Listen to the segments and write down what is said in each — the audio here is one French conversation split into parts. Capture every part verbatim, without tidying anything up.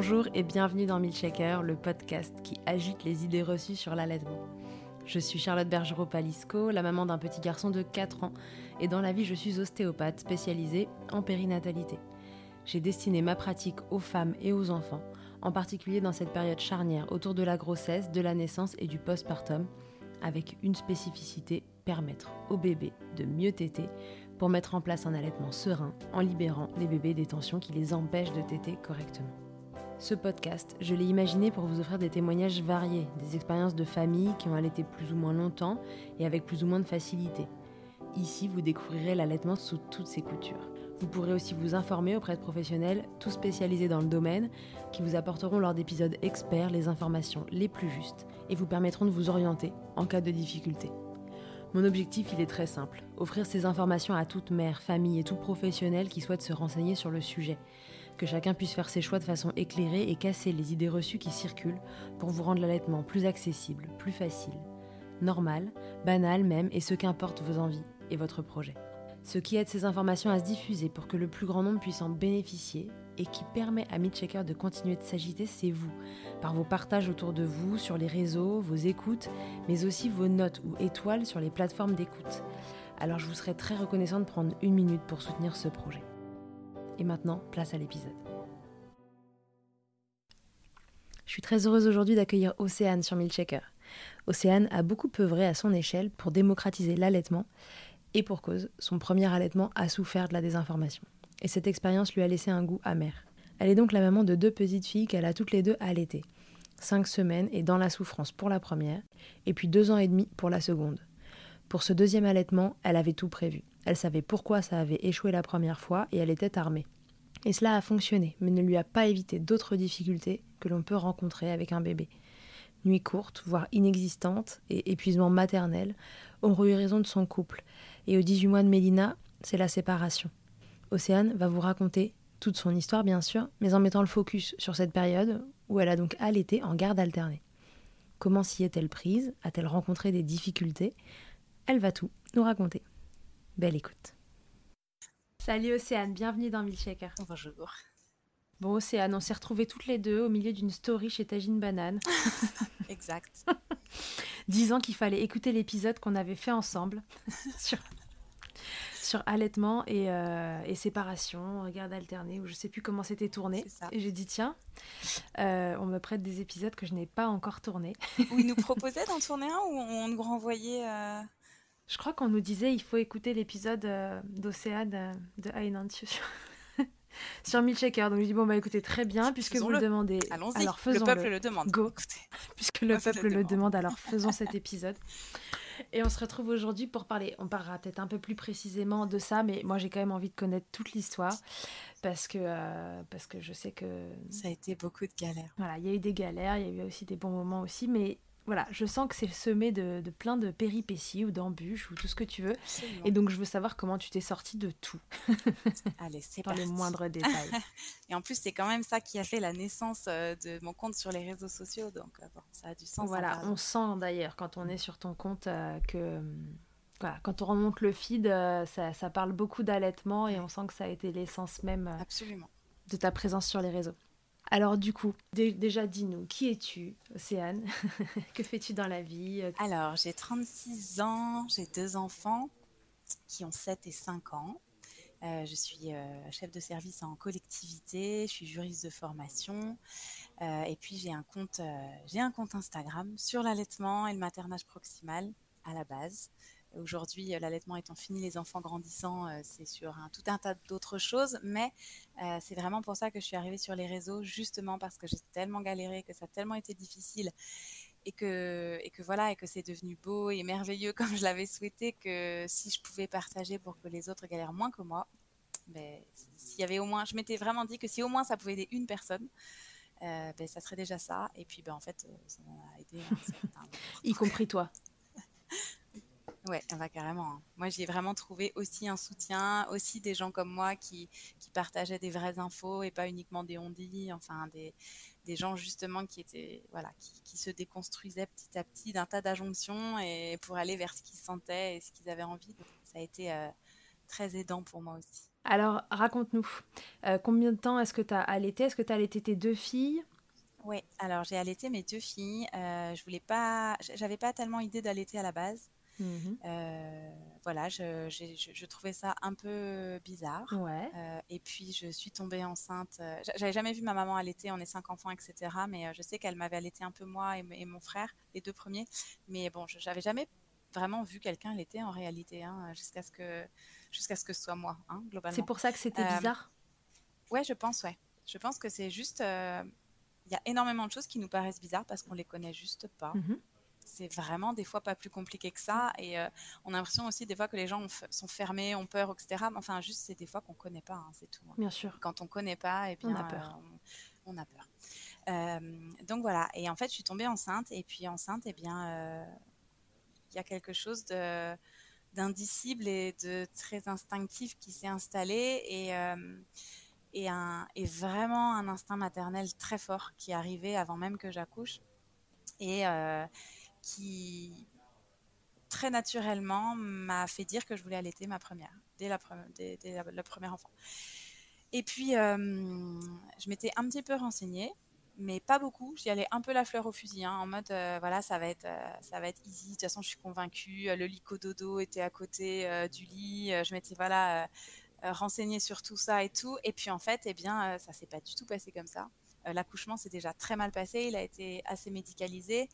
Bonjour et bienvenue dans Milkshaker, le podcast qui agite les idées reçues sur l'allaitement. Je suis Charlotte Bergerot-Palisco, la maman d'un petit garçon de quatre ans, et dans la vie je suis ostéopathe spécialisée en périnatalité. J'ai destiné ma pratique aux femmes et aux enfants, en particulier dans cette période charnière autour de la grossesse, de la naissance et du postpartum, avec une spécificité, permettre au bébé de mieux téter pour mettre en place un allaitement serein en libérant les bébés des tensions qui les empêchent de téter correctement. Ce podcast, je l'ai imaginé pour vous offrir des témoignages variés, des expériences de familles qui ont allaité plus ou moins longtemps et avec plus ou moins de facilité. Ici, vous découvrirez l'allaitement sous toutes ses coutures. Vous pourrez aussi vous informer auprès de professionnels, tous spécialisés dans le domaine, qui vous apporteront lors d'épisodes experts les informations les plus justes et vous permettront de vous orienter en cas de difficulté. Mon objectif, il est très simple, offrir ces informations à toute mère, famille et tout professionnel qui souhaite se renseigner sur le sujet. Que chacun puisse faire ses choix de façon éclairée et casser les idées reçues qui circulent pour vous rendre l'allaitement plus accessible, plus facile, normal, banal même, et ce qu'importe vos envies et votre projet. Ce qui aide ces informations à se diffuser pour que le plus grand nombre puisse en bénéficier et qui permet à Milkshaker de continuer de s'agiter, c'est vous, par vos partages autour de vous, sur les réseaux, vos écoutes, mais aussi vos notes ou étoiles sur les plateformes d'écoute. Alors je vous serais très reconnaissante de prendre une minute pour soutenir ce projet. Et maintenant, place à l'épisode. Je suis très heureuse aujourd'hui d'accueillir Océane sur Milkshaker. Océane a beaucoup œuvré à son échelle pour démocratiser l'allaitement et pour cause, son premier allaitement a souffert de la désinformation. Et cette expérience lui a laissé un goût amer. Elle est donc la maman de deux petites filles qu'elle a toutes les deux allaitées. Cinq semaines et dans la souffrance pour la première, et puis deux ans et demi pour la seconde. Pour ce deuxième allaitement, elle avait tout prévu. Elle savait pourquoi ça avait échoué la première fois et elle était armée. Et cela a fonctionné, mais ne lui a pas évité d'autres difficultés que l'on peut rencontrer avec un bébé. Nuit courte, voire inexistante, et épuisement maternel auront eu raison de son couple. Et aux dix-huit mois de Mélina, c'est la séparation. Océane va vous raconter toute son histoire, bien sûr, mais en mettant le focus sur cette période où elle a donc allaité en garde alternée. Comment s'y est-elle prise ? A-t-elle rencontré des difficultés ? Elle va tout nous raconter. Belle écoute. Salut Océane, bienvenue dans Milkshaker. Bonjour. Bon Océane, on s'est retrouvées toutes les deux au milieu d'une story chez Tagine Banane. Exact. Disant qu'il fallait écouter l'épisode qu'on avait fait ensemble sur, sur allaitement et, euh, et séparation, garde alternée, ou je sais plus comment c'était tourné. C'est ça. Et j'ai dit tiens, euh, on me prête des épisodes que je n'ai pas encore tournés. Où ils nous proposaient d'en tourner un ou on nous renvoyait euh... Je crois qu'on nous disait il faut écouter l'épisode euh, d'Océane euh, de Ainantius sur, sur Milkshaker. Donc je dis bon bah écoutez très bien puisque vous le demandez. Allons-y, alors faisons-le. Le peuple le demande. Go. Écoutez. Puisque le Moi, peuple le le demande. demande, alors faisons cet épisode. Et on se retrouve aujourd'hui pour parler, on parlera peut-être un peu plus précisément de ça, mais moi j'ai quand même envie de connaître toute l'histoire parce que, euh, parce que je sais que... Ça a été beaucoup de galères. Voilà, il y a eu des galères, il y a eu aussi des bons moments aussi, mais voilà, je sens que c'est semé de, de plein de péripéties ou d'embûches ou tout ce que tu veux. Absolument. Et donc je veux savoir comment tu t'es sortie de tout. Allez, c'est dans parti. les moindres détails. Et en plus, c'est quand même ça qui a fait la naissance euh, de mon compte sur les réseaux sociaux, donc euh, bon, ça a du sens. Voilà, on sent d'ailleurs quand on est sur ton compte euh, que... euh, Voilà, quand on remonte le feed, euh, ça, ça parle beaucoup d'allaitement et on sent que ça a été l'essence même euh, Absolument. de ta présence sur les réseaux. Alors du coup, d- déjà dis-nous, qui es-tu, Océane? Que fais-tu dans la vie? Alors, j'ai trente-six ans, j'ai deux enfants qui ont sept et cinq ans. Euh, je suis euh, chef de service en collectivité, je suis juriste de formation euh, et puis j'ai un compte, euh, j'ai un compte Instagram sur l'allaitement et le maternage proximal à la base. Aujourd'hui, euh, l'allaitement étant fini, les enfants grandissant, euh, c'est sur un, tout un tas d'autres choses, mais euh, c'est vraiment pour ça que je suis arrivée sur les réseaux, justement parce que j'ai tellement galéré, que ça a tellement été difficile et que, et que voilà, et que c'est devenu beau et merveilleux comme je l'avais souhaité, que si je pouvais partager pour que les autres galèrent moins que moi, ben, s'il y avait au moins, je m'étais vraiment dit que si au moins ça pouvait aider une personne, euh, ben, ça serait déjà ça. Et puis ben, en fait, ça m'en a aidé un certain nombre. Y compris toi. Ouais, bah, carrément. Hein. Moi, j'ai vraiment trouvé aussi un soutien, aussi des gens comme moi qui, qui partageaient des vraies infos et pas uniquement des on-dit, enfin des, des gens justement qui étaient, voilà, qui, qui se déconstruisaient petit à petit d'un tas d'injonctions et pour aller vers ce qu'ils sentaient et ce qu'ils avaient envie. Donc, ça a été euh, très aidant pour moi aussi. Alors, raconte-nous, euh, combien de temps est-ce que tu as allaité? Est-ce que tu as allaité tes deux filles? Oui, alors j'ai allaité mes deux filles. Euh, je voulais pas, j'avais pas tellement idée d'allaiter à la base. Mhm. Euh, voilà, je, j'ai- je- je trouvais ça un peu bizarre. Ouais, Euh, et puis je suis tombée enceinte. euh, j'a- J'avais jamais vu ma maman allaiter, on est cinq enfants, et cetera. Mais euh, je sais qu'elle m'avait allaité un peu moi et, m- et mon frère, les deux premiers. Mais bon, je- j'avais jamais vraiment vu quelqu'un allaiter en réalité, hein, jusqu'à ce que, jusqu'à ce que ce soit moi, hein, c'est globalement. pour ça que c'était Euh, bizarre. ouais, je pense, ouais. Je pense que c'est juste, euh, il y a énormément de choses qui nous paraissent bizarres parce qu'on les connaît juste pas. Mhm. C'est vraiment des fois pas plus compliqué que ça. Et euh, on a l'impression aussi des fois que les gens ont f- sont fermés, ont peur, et cetera. Mais enfin, juste, c'est des fois qu'on connaît pas, hein, c'est tout, hein. Bien Et sûr, quand on connaît pas, eh on a bien, euh, peur. on, on a peur. Euh, donc voilà. Et en fait, je suis tombée enceinte. Et puis enceinte, eh bien, euh, il y a quelque chose de d'indicible et de très instinctif qui s'est installé. Et euh, et, un, et vraiment un instinct maternel très fort qui est arrivé avant même que j'accouche et euh, qui très naturellement m'a fait dire que je voulais allaiter ma première, dès, la, pre- dès, dès la- le premier enfant. Et puis, euh, je m'étais un petit peu renseignée, mais pas beaucoup. J'y allais un peu la fleur au fusil, hein, en mode, euh, voilà, ça va, être, euh, ça va être easy. De toute façon, je suis convaincue. Le lit cododo était à côté euh, du lit. Euh, Je m'étais, voilà, euh, euh, renseignée sur tout ça et tout. Et puis, en fait, eh bien, euh, ça s'est pas du tout passé comme ça. Euh, l'accouchement s'est déjà très mal passé. Il a été assez médicalisé.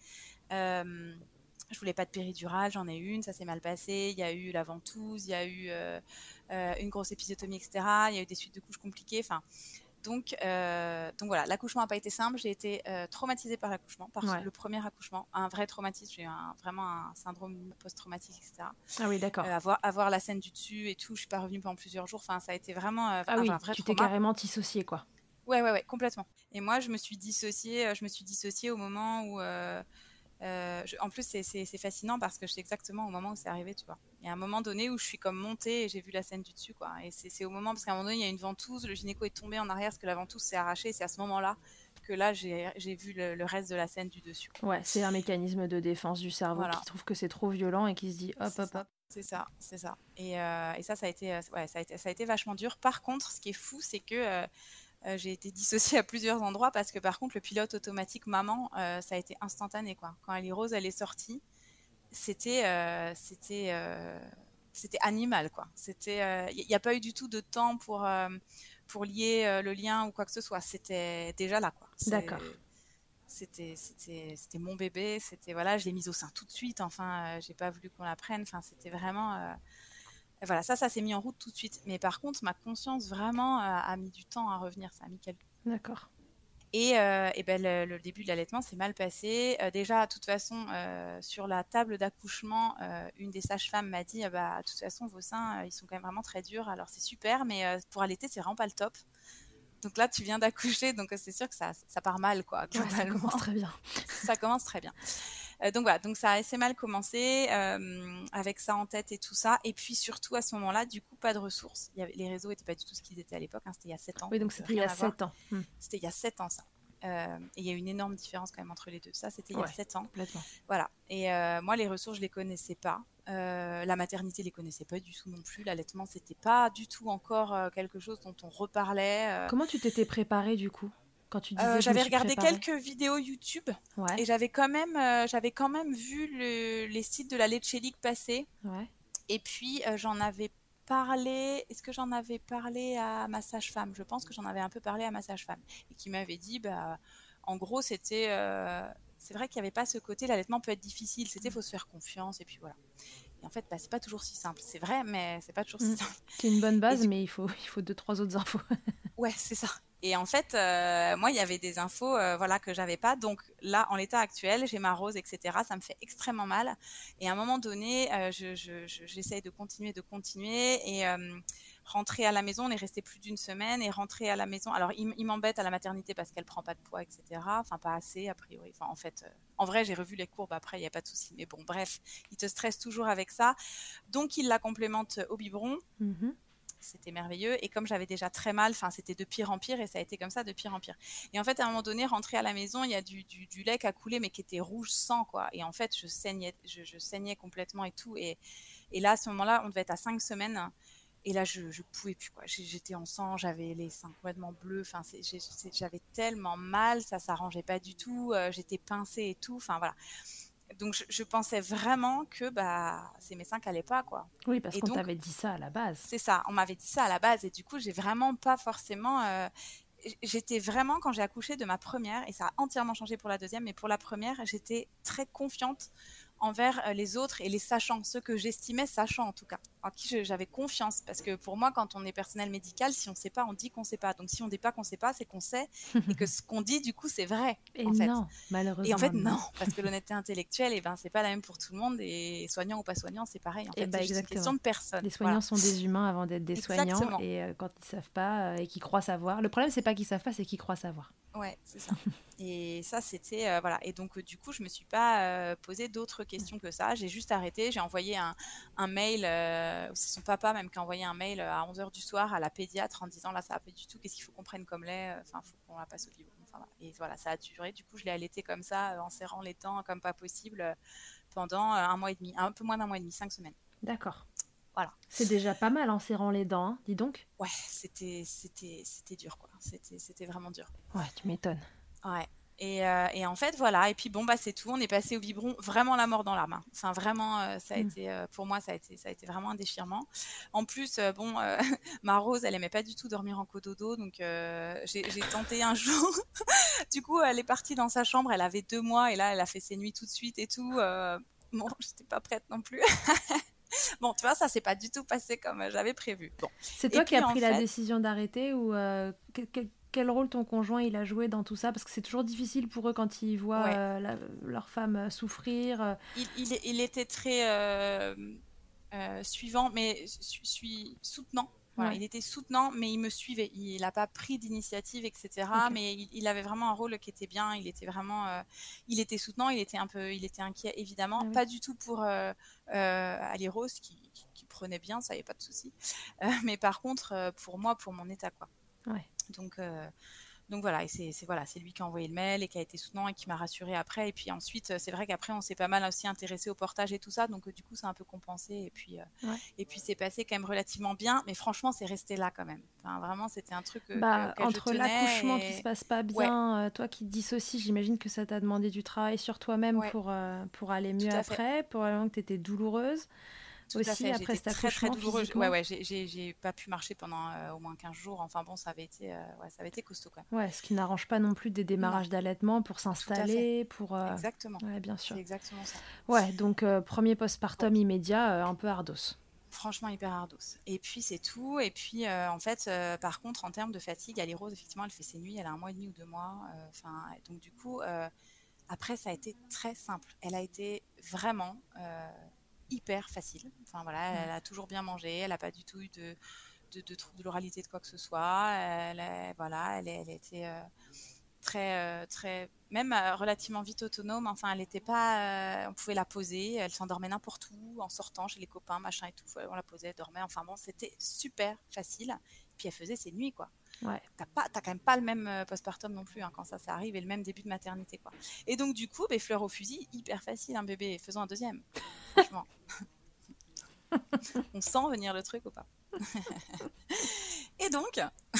Euh, je voulais pas de péridurale, j'en ai eu une, ça s'est mal passé. Il y a eu la ventouse, il y a eu euh, euh, une grosse épisiotomie, et cetera. Il y a eu des suites de couches compliquées. Enfin, donc, euh, donc voilà, l'accouchement n'a pas été simple. J'ai été euh, traumatisée par l'accouchement, par Ouais. le premier accouchement, un vrai traumatisme. J'ai eu un, vraiment un syndrome post-traumatique, et cetera. Ah oui, Euh, d'accord. avoir, avoir la scène du dessus et tout, je suis pas revenue pendant plusieurs jours. Enfin, ça a été vraiment euh, Ah un, un oui, vrai tu t'es trauma. carrément dissociée, quoi. Ouais, ouais, ouais, complètement. Et moi, je me suis dissociée. euh, Je me suis dissociée au moment où euh, euh, je- en plus, c'est, c'est- c'est fascinant parce que je sais exactement au moment où c'est arrivé, tu vois. Il y a un moment donné où je suis comme montée et j'ai vu la scène du dessus, quoi. Et c'est, c'est au moment, parce qu'à un moment donné, il y a une ventouse, le gynéco est tombé en arrière parce que la ventouse s'est arrachée. Et c'est à ce moment-là que là, j'ai, j'ai vu le, le reste de la scène du dessus, quoi. Ouais, c'est un mécanisme de défense du cerveau Voilà, qui trouve que c'est trop violent et qui se dit hop, c'est hop, ça. hop. C'est ça, c'est ça. Et, euh, et ça, ça a été, euh, ouais, ça a été, ça a été vachement dur. Par contre, ce qui est fou, c'est que euh, euh, j'ai été dissociée à plusieurs endroits parce que par contre, le pilote automatique maman, euh, ça a été instantané, quoi. Quand Ellie Rose, elle est sortie, c'était euh, c'était euh, c'était animal, quoi. C'était il euh, n'y a pas eu du tout de temps pour euh, pour lier euh, le lien ou quoi que ce soit. C'était déjà là, quoi. D'accord. C'est c'était c'était c'était mon bébé. C'était voilà, je l'ai mise au sein tout de suite. Enfin, euh, j'ai pas voulu qu'on la prenne. Enfin, c'était vraiment euh, voilà, ça ça s'est mis en route tout de suite. Mais par contre, ma conscience vraiment euh, a mis du temps à revenir. Ça a mis quelques D'accord. et, euh, et ben le, le début de l'allaitement s'est mal passé. Euh, déjà, de toute façon, euh, sur la table d'accouchement, euh, une des sages-femmes m'a dit, ah bah, de toute façon, vos seins, euh, ils sont quand même vraiment très durs. Alors c'est super, mais euh, pour allaiter, c'est vraiment pas le top. Donc là, tu viens d'accoucher, donc euh, c'est sûr que ça, ça part mal, quoi, Ouais, ça commence globalement. très bien. Ça commence très bien. Euh, donc voilà, donc ça a assez mal commencé euh, avec ça en tête et tout ça. Et puis surtout à ce moment-là, du coup, pas de ressources. Il y avait, les réseaux n'étaient pas du tout ce qu'ils étaient à l'époque, hein, c'était il y a sept ans, Oui, donc donc euh, c'était il y rien a à voir. sept ans. Hmm. C'était il y a sept ans, ça. Euh, et il y a une énorme différence quand même entre les deux. Ça, c'était il y a Ouais, sept ans. complètement. Voilà. Et euh, moi, les ressources, je les connaissais pas. Euh, la maternité, je les connaissais pas du tout non plus. L'allaitement, c'était pas du tout encore euh, quelque chose dont on reparlait. Euh, Comment tu t'étais préparée du coup quand tu euh, disais je me j'avais suis regardé préparée? quelques vidéos YouTube Ouais, et j'avais quand même, euh, j'avais quand même vu le- les sites de la Leche League passer. ouais. Et puis, euh, j'en avais parlé. Est-ce que j'en avais parlé à ma sage-femme? Je pense que j'en avais un peu parlé à ma sage-femme. Et qui m'avait dit, bah, en gros, c'était. euh, c'est vrai qu'il n'y avait pas ce côté, l'allaitement peut être difficile, c'était faut se faire confiance, et puis voilà. Et en fait, bah, c'est pas toujours si simple. C'est vrai, mais c'est pas toujours si Hmm. simple. C'est une bonne Et base, du mais il faut, il faut deux, trois autres infos. Ouais, c'est ça. Et en fait, euh, moi, il y avait des infos, euh, voilà, que j'avais pas. Donc là, en l'état actuel, j'ai ma rose, et cetera. Ça me fait extrêmement mal. Et à un moment donné, euh, je, je, je- j'essaye de continuer, de continuer. Et euh, rentrer à la maison, on est resté plus d'une semaine. Et rentrer à la maison, alors il, m- il m'embête à la maternité parce qu'elle prend pas de poids, et cetera. Enfin, pas assez, a priori. Enfin, en fait, euh, en vrai, j'ai revu les courbes après, il n'y a pas de souci. Mais bon, bref, il te stresse toujours avec ça. Donc, il la complémente au biberon. Mhm. C'était merveilleux. Et comme j'avais déjà très mal, enfin, c'était de pire en pire et ça a été comme ça de pire en pire. Et en fait, à un moment donné, rentrer à la maison, il y a du, du, du lait qui a coulé, mais qui était rouge sang, quoi. Et en fait, je saignais, je, je saignais complètement et tout. Et, et là, à ce moment-là, on devait être à cinq semaines. Et là, je ne pouvais plus, quoi. J'étais en sang, j'avais les seins complètement bleus. Enfin, c'est, j'ai, c'est, j'avais tellement mal, ça ne s'arrangeait pas du tout. Euh, j'étais pincée et tout. Enfin, voilà. Donc, je, je pensais vraiment que bah, c'est mes seins qui n'allaient pas, quoi. Oui, parce Et qu'on donc, t'avait dit ça à la base. c'est ça. On m'avait dit ça à la base. Et du coup, j'ai vraiment pas forcément... Euh, j'étais vraiment, quand j'ai accouché de ma première, et ça a entièrement changé pour la deuxième, mais pour la première, j'étais très confiante envers les autres et les sachants, ceux que j'estimais sachants en tout cas, en qui j'avais confiance. Parce que pour moi, quand on est personnel médical, si on ne sait pas, on dit qu'on ne sait pas. Donc si on ne dit pas qu'on ne sait pas, c'est qu'on sait et que ce qu'on dit, du coup, c'est vrai. Et en fait. non, malheureusement. Et en fait, non, non, parce que l'honnêteté intellectuelle, eh ben, c'est pas la même pour tout le monde. Et soignant ou pas soignant, c'est pareil. En fait, bah, c'est juste une question de personne. Les soignants voilà. sont des humains avant d'être des Exactement. soignants. Et euh, quand ils savent pas euh, et qu'ils croient savoir, le problème, c'est pas qu'ils savent pas, c'est qu'ils croient savoir. Ouais, c'est ça. Et ça, c'était euh, voilà. Et donc, euh, du coup, je me suis pas euh, posé d'autres questions que ça. J'ai juste arrêté. J'ai envoyé un, un mail. Euh, c'est son papa même qui a envoyé un mail à onze heures du soir à la pédiatre en disant là, ça va pas du tout. Qu'est-ce qu'il faut qu'on prenne comme lait? Enfin, faut qu'on la passe au biberon. Enfin, voilà. Et voilà, ça a duré. Du coup, je l'ai allaité comme ça, euh, en serrant les dents comme pas possible, euh, pendant euh, un mois et demi, un peu moins d'un mois et demi, cinq semaines. D'accord. Voilà. C'est déjà pas mal en serrant les dents, hein, dis donc. Ouais, c'était, c'était, c'était dur, quoi. C'était, c'était vraiment dur. Ouais, tu m'étonnes. Ouais. Et, euh, et en fait, voilà. Et puis, bon, bah, c'est tout. On est passé au biberon, vraiment la mort dans l'arme. Hein. Enfin, vraiment, euh, ça a mm. été, euh, pour moi, ça a été, ça a été vraiment un déchirement. En plus, euh, bon, euh, ma Rose, elle aimait pas du tout dormir en cododo. Donc, euh, j'ai, j'ai tenté un jour. Du coup, elle est partie dans sa chambre. Elle avait deux mois. Et là, elle a fait ses nuits tout de suite et tout. Euh, bon, j'étais pas prête non plus. Bon, tu vois, ça s'est pas du tout passé comme j'avais prévu. Bon. C'est toi et qui as pris fait... la décision d'arrêter ou euh, quel, quel, quel rôle ton conjoint il a joué dans tout ça? Parce que c'est toujours difficile pour eux quand ils voient ouais. euh, la, leur femme souffrir. Euh... Il, il, il était très euh, euh, suivant, mais su, su, soutenant. Voilà, ouais. Il était soutenant, mais il me suivait. Il n'a pas pris d'initiative, et cetera. Okay. Mais il, il avait vraiment un rôle qui était bien. Il était vraiment, euh, il était soutenant. Il était un peu, il était inquiet, évidemment. Ah oui. Pas du tout pour euh, euh, Ali Rose, qui, qui, qui prenait bien, ça y est pas de souci. Euh, mais par contre, euh, pour moi, pour mon état, quoi. Ouais. Donc. Euh, Donc voilà, et c'est, c'est, voilà, c'est lui qui a envoyé le mail et qui a été soutenant et qui m'a rassurée après. Et puis ensuite, c'est vrai qu'après, on s'est pas mal aussi intéressé au portage et tout ça. Donc du coup, c'est un peu compensé. Et puis, euh, ouais. et puis c'est passé quand même relativement bien. Mais franchement, c'est resté là quand même. Enfin, vraiment, c'était un truc euh, bah, que, entre je tenais l'accouchement et... qui se passe pas bien, ouais. euh, toi qui te dissocies, j'imagine que ça t'a demandé du travail sur toi-même ouais. pour, euh, pour aller mieux tout après, pour que tu étais douloureuse. Tout aussi à fait, après j'étais cet très très douloureuse. Physiquement. Ouais, ouais, j'ai, j'ai, j'ai pas pu marcher pendant euh, au moins quinze jours. Enfin bon, ça avait été, euh, ouais, ça avait été costaud quand même. Ouais, ce qui n'arrange pas non plus des démarrages non. d'allaitement pour s'installer, pour. Euh... Exactement. Ouais, bien sûr. C'est exactement ça. Ouais, donc euh, premier postpartum bon. immédiat, euh, un peu ardos. Franchement, hyper ardos. Et puis c'est tout. Et puis euh, en fait, euh, par contre, en termes de fatigue, Ali Rose, effectivement, elle fait ses nuits. Elle a un mois et demi ou deux mois. Enfin, euh, donc du coup, euh, après, ça a été très simple. Elle a été vraiment. Euh, hyper facile. Enfin voilà, elle a toujours bien mangé, elle n'a pas du tout eu de, de, de troubles de l'oralité de quoi que ce soit. Elle, est, voilà, elle, elle était euh, très, euh, très, même euh, relativement vite autonome. Enfin, elle n'était pas, euh, on pouvait la poser, elle s'endormait n'importe où, en sortant chez les copains, machin et tout. On la posait, elle dormait. Enfin bon, c'était super facile. Puis elle faisait ses nuits, quoi. Ouais. T'as, pas, t'as quand même pas le même euh, postpartum non plus hein, quand ça, ça arrive et le même début de maternité quoi. Et donc du coup, bah, fleur au fusil, hyper facile un bébé, faisons un deuxième. Franchement, on sent venir le truc ou pas. Et donc,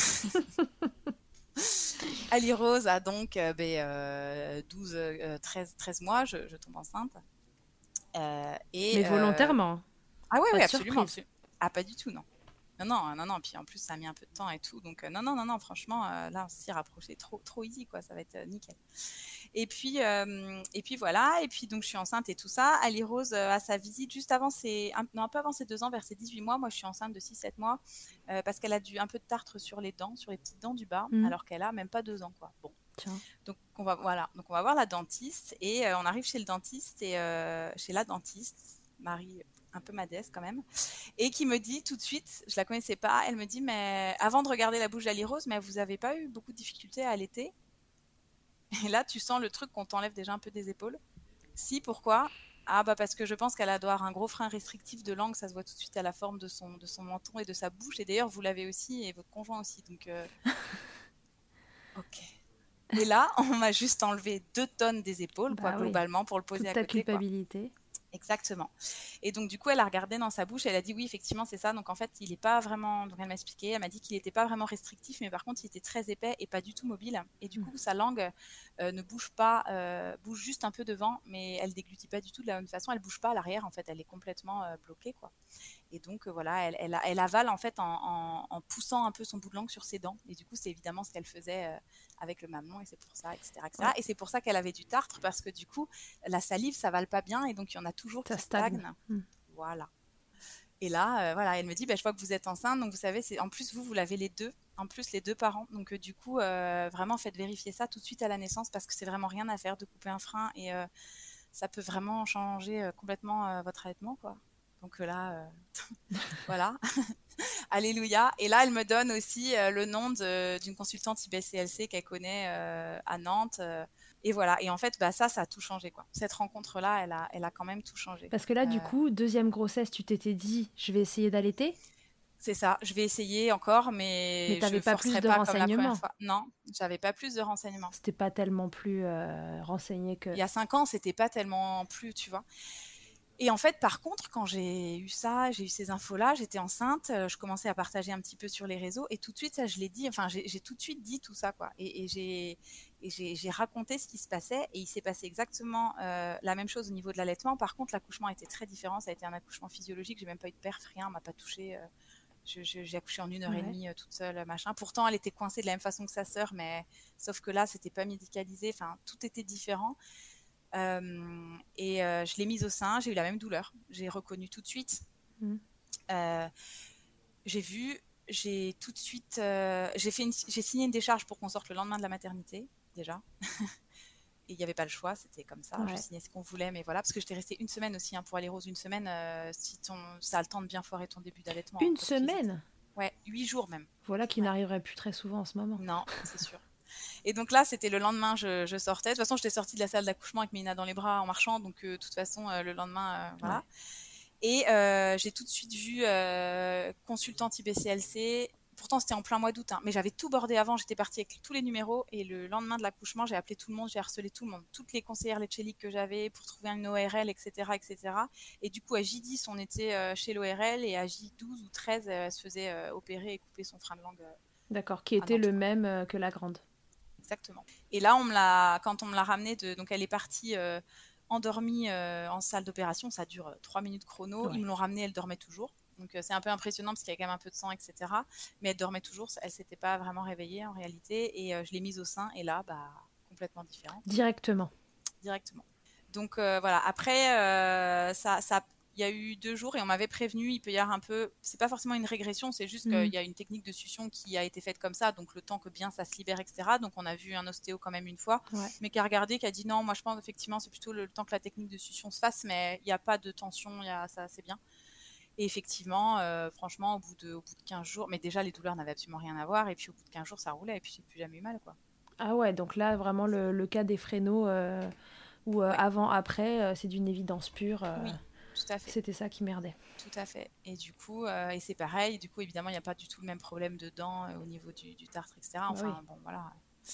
Ali Rose a donc euh, bah, euh, douze, euh, treize, treize mois, je, je tombe enceinte. Euh, et, Mais volontairement. Euh... Ah oui, oui, absolument, absolument. Ah pas du tout, non. Non, non, non, non, puis en plus ça a mis un peu de temps et tout, donc euh, non, non, non, non, franchement, euh, là on s'y rapprochait trop, trop easy, quoi, ça va être euh, nickel. Et puis, euh, et puis voilà, et puis donc je suis enceinte et tout ça. Ali Rose euh, a sa visite juste avant ses, un, non, un peu avant ses deux ans, vers ses dix-huit mois. Moi je suis enceinte de six sept mois, euh, parce qu'elle a du, un peu de tartre sur les dents, sur les petites dents du bas, mmh. alors qu'elle a même pas deux ans, quoi. Bon. Tiens. Donc on va, voilà, donc on va voir la dentiste, et euh, on arrive chez le dentiste, et euh, chez la dentiste, Marie, un peu ma déesse quand même, et qui me dit tout de suite, je la connaissais pas, elle me dit, mais avant de regarder la bouche d'Ali Rose, mais vous avez pas eu beaucoup de difficultés à allaiter? Et là, tu sens le truc qu'on t'enlève déjà un peu des épaules. Si, pourquoi? Ah bah parce que je pense qu'elle a doit avoir un gros frein restrictif de langue, ça se voit tout de suite à la forme de son, de son menton et de sa bouche, et d'ailleurs vous l'avez aussi, et votre conjoint aussi, donc euh... ok. Et là, on m'a juste enlevé deux tonnes des épaules, bah quoi, oui. globalement, pour le poser Toute à ta côté. Culpabilité. Quoi. Exactement. Et donc, du coup, elle a regardé dans sa bouche, elle a dit oui, effectivement, c'est ça. Donc, en fait, il n'est pas vraiment. Donc, elle m'a expliqué, elle m'a dit qu'il n'était pas vraiment restrictif, mais par contre, il était très épais et pas du tout mobile. Et du coup, sa langue euh, ne bouge pas, euh, bouge juste un peu devant, mais elle déglutit pas du tout de la même façon. Elle bouge pas à l'arrière, en fait, elle est complètement euh, bloquée, quoi. Et donc, euh, voilà, elle, elle, elle avale en fait en, en, en poussant un peu son bout de langue sur ses dents. Et du coup, c'est évidemment ce qu'elle faisait euh, avec le mamelon, et c'est pour ça, et cetera, et cetera. Ouais. Et c'est pour ça qu'elle avait du tartre, parce que du coup, la salive, ça avale pas bien, et donc il y en a toujours Ça qui stagne. stagnent. Mm. Voilà. Et là, euh, voilà, elle me dit, bah, je vois que vous êtes enceinte, donc vous savez, c'est en plus vous, vous l'avez les deux, en plus les deux parents. Donc euh, du coup, euh, vraiment, faites vérifier ça tout de suite à la naissance, parce que c'est vraiment rien à faire de couper un frein, et euh, ça peut vraiment changer euh, complètement euh, votre allaitement, quoi. Donc euh, là, euh, voilà, alléluia. Et là, elle me donne aussi euh, le nom de- d'une consultante I B C L C qu'elle connaît euh, à Nantes. euh, et voilà. Et en fait, bah, ça, ça a tout changé, quoi. Cette rencontre-là, elle a, elle a quand même tout changé. Parce que là, du Euh, coup, deuxième grossesse, tu t'étais dit, je vais essayer d'allaiter, c'est ça. Je vais essayer encore, mais mais je t'avais pas plus forcerai de pas comme la première renseignements. fois. Non, j'avais pas plus de renseignements. C'était pas tellement plus euh, renseigné que... Il y a cinq ans, c'était pas tellement plus, tu vois. Et en fait, par contre, quand j'ai eu ça, j'ai eu ces infos-là, j'étais enceinte, euh, je commençais à partager un petit peu sur les réseaux, et tout de suite, ça, je l'ai dit, enfin, j'ai, j'ai tout de suite dit tout ça, quoi. Et, et j'ai, et j'ai, j'ai raconté ce qui se passait, et il s'est passé exactement euh, la même chose au niveau de l'allaitement. Par contre, l'accouchement était très différent, ça a été un accouchement physiologique, j'ai même pas eu de perf, rien, on m'a pas touché. Euh, je, je, j'ai accouché en une heure et Ouais. demie euh, toute seule, machin. Pourtant, elle était coincée de la même façon que sa sœur, mais sauf que là, c'était pas médicalisé, enfin, tout était différent. Euh, et euh, je l'ai mise au sein, j'ai eu la même douleur. J'ai reconnu tout de suite. Mm. Euh, j'ai vu, j'ai tout de suite, euh, j'ai, fait une, j'ai signé une décharge pour qu'on sorte le lendemain de la maternité, déjà. Et il n'y avait pas le choix, c'était comme ça. Je Ouais. signais ce qu'on voulait, mais voilà, parce que j'étais restée une semaine aussi hein, pour aller rose, une semaine, euh, si ton, ça a le temps de bien foirer ton début d'allaitement. Hein, Une parce qu'ils étaient... semaine. Ouais, huit jours même. Voilà qui Ouais. n'arriverait plus très souvent en ce moment. Non, c'est sûr. Et donc là, c'était le lendemain, je, je sortais. De toute façon, j'étais sortie de la salle d'accouchement avec Mina dans les bras en marchant, donc euh, de toute façon, euh, le lendemain, euh, voilà. Ouais. Et euh, j'ai tout de suite vu euh, consultante I B C L C. Pourtant, c'était en plein mois d'août, hein, mais j'avais tout bordé avant. J'étais partie avec tous les numéros. Et le lendemain de l'accouchement, j'ai appelé tout le monde, j'ai harcelé tout le monde. Toutes les conseillères léchéliques que j'avais pour trouver une O R L, et cetera, et cetera. Et du coup, à J dix, on était euh, chez l'O R L. Et à J douze ou treize, euh, elle se faisait euh, opérer et couper son frein de langue. Euh, D'accord, qui à était Nantes, le quoi. même euh, que la grande. Exactement. Et là, on me l'a, quand on me l'a ramenée, de, donc elle est partie euh, endormie euh, en salle d'opération. Ça dure euh, trois minutes chrono. Ils Ouais. me l'ont ramenée, elle dormait toujours. Donc euh, c'est un peu impressionnant parce qu'il y a quand même un peu de sang, et cetera. Mais elle dormait toujours. Elle s'était pas vraiment réveillée en réalité. Et euh, je l'ai mise au sein. Et là, bah, complètement différente. Directement. Directement. Donc euh, voilà. Après, euh, ça, ça, il y a eu deux jours et on m'avait prévenu, il peut y avoir un peu, c'est pas forcément une régression, c'est juste Mm. qu'il y a une technique de succion qui a été faite comme ça, donc le temps que bien ça se libère, et cetera. Donc on a vu un ostéo quand même une fois, Ouais. mais qui a regardé, qui a dit non, moi je pense effectivement c'est plutôt le temps que la technique de succion se fasse, mais il n'y a pas de tension, il y a, ça c'est bien. Et effectivement, euh, franchement, au bout, de, au bout de quinze jours, mais déjà les douleurs n'avaient absolument rien à voir, et puis au bout de quinze jours ça roulait, et puis j'ai plus jamais eu mal, quoi. Ah ouais, donc là, vraiment, le, le cas des fréneaux, euh, où euh, Ouais. avant, après, euh, c'est d'une évidence pure. euh, Oui, tout à fait. C'était ça qui merdait. Tout à fait. Et du coup, euh, et c'est pareil, du coup, évidemment, il n'y a pas du tout le même problème de dents euh, au niveau du, du tartre, et cetera. Bah oui. Enfin, bon, voilà.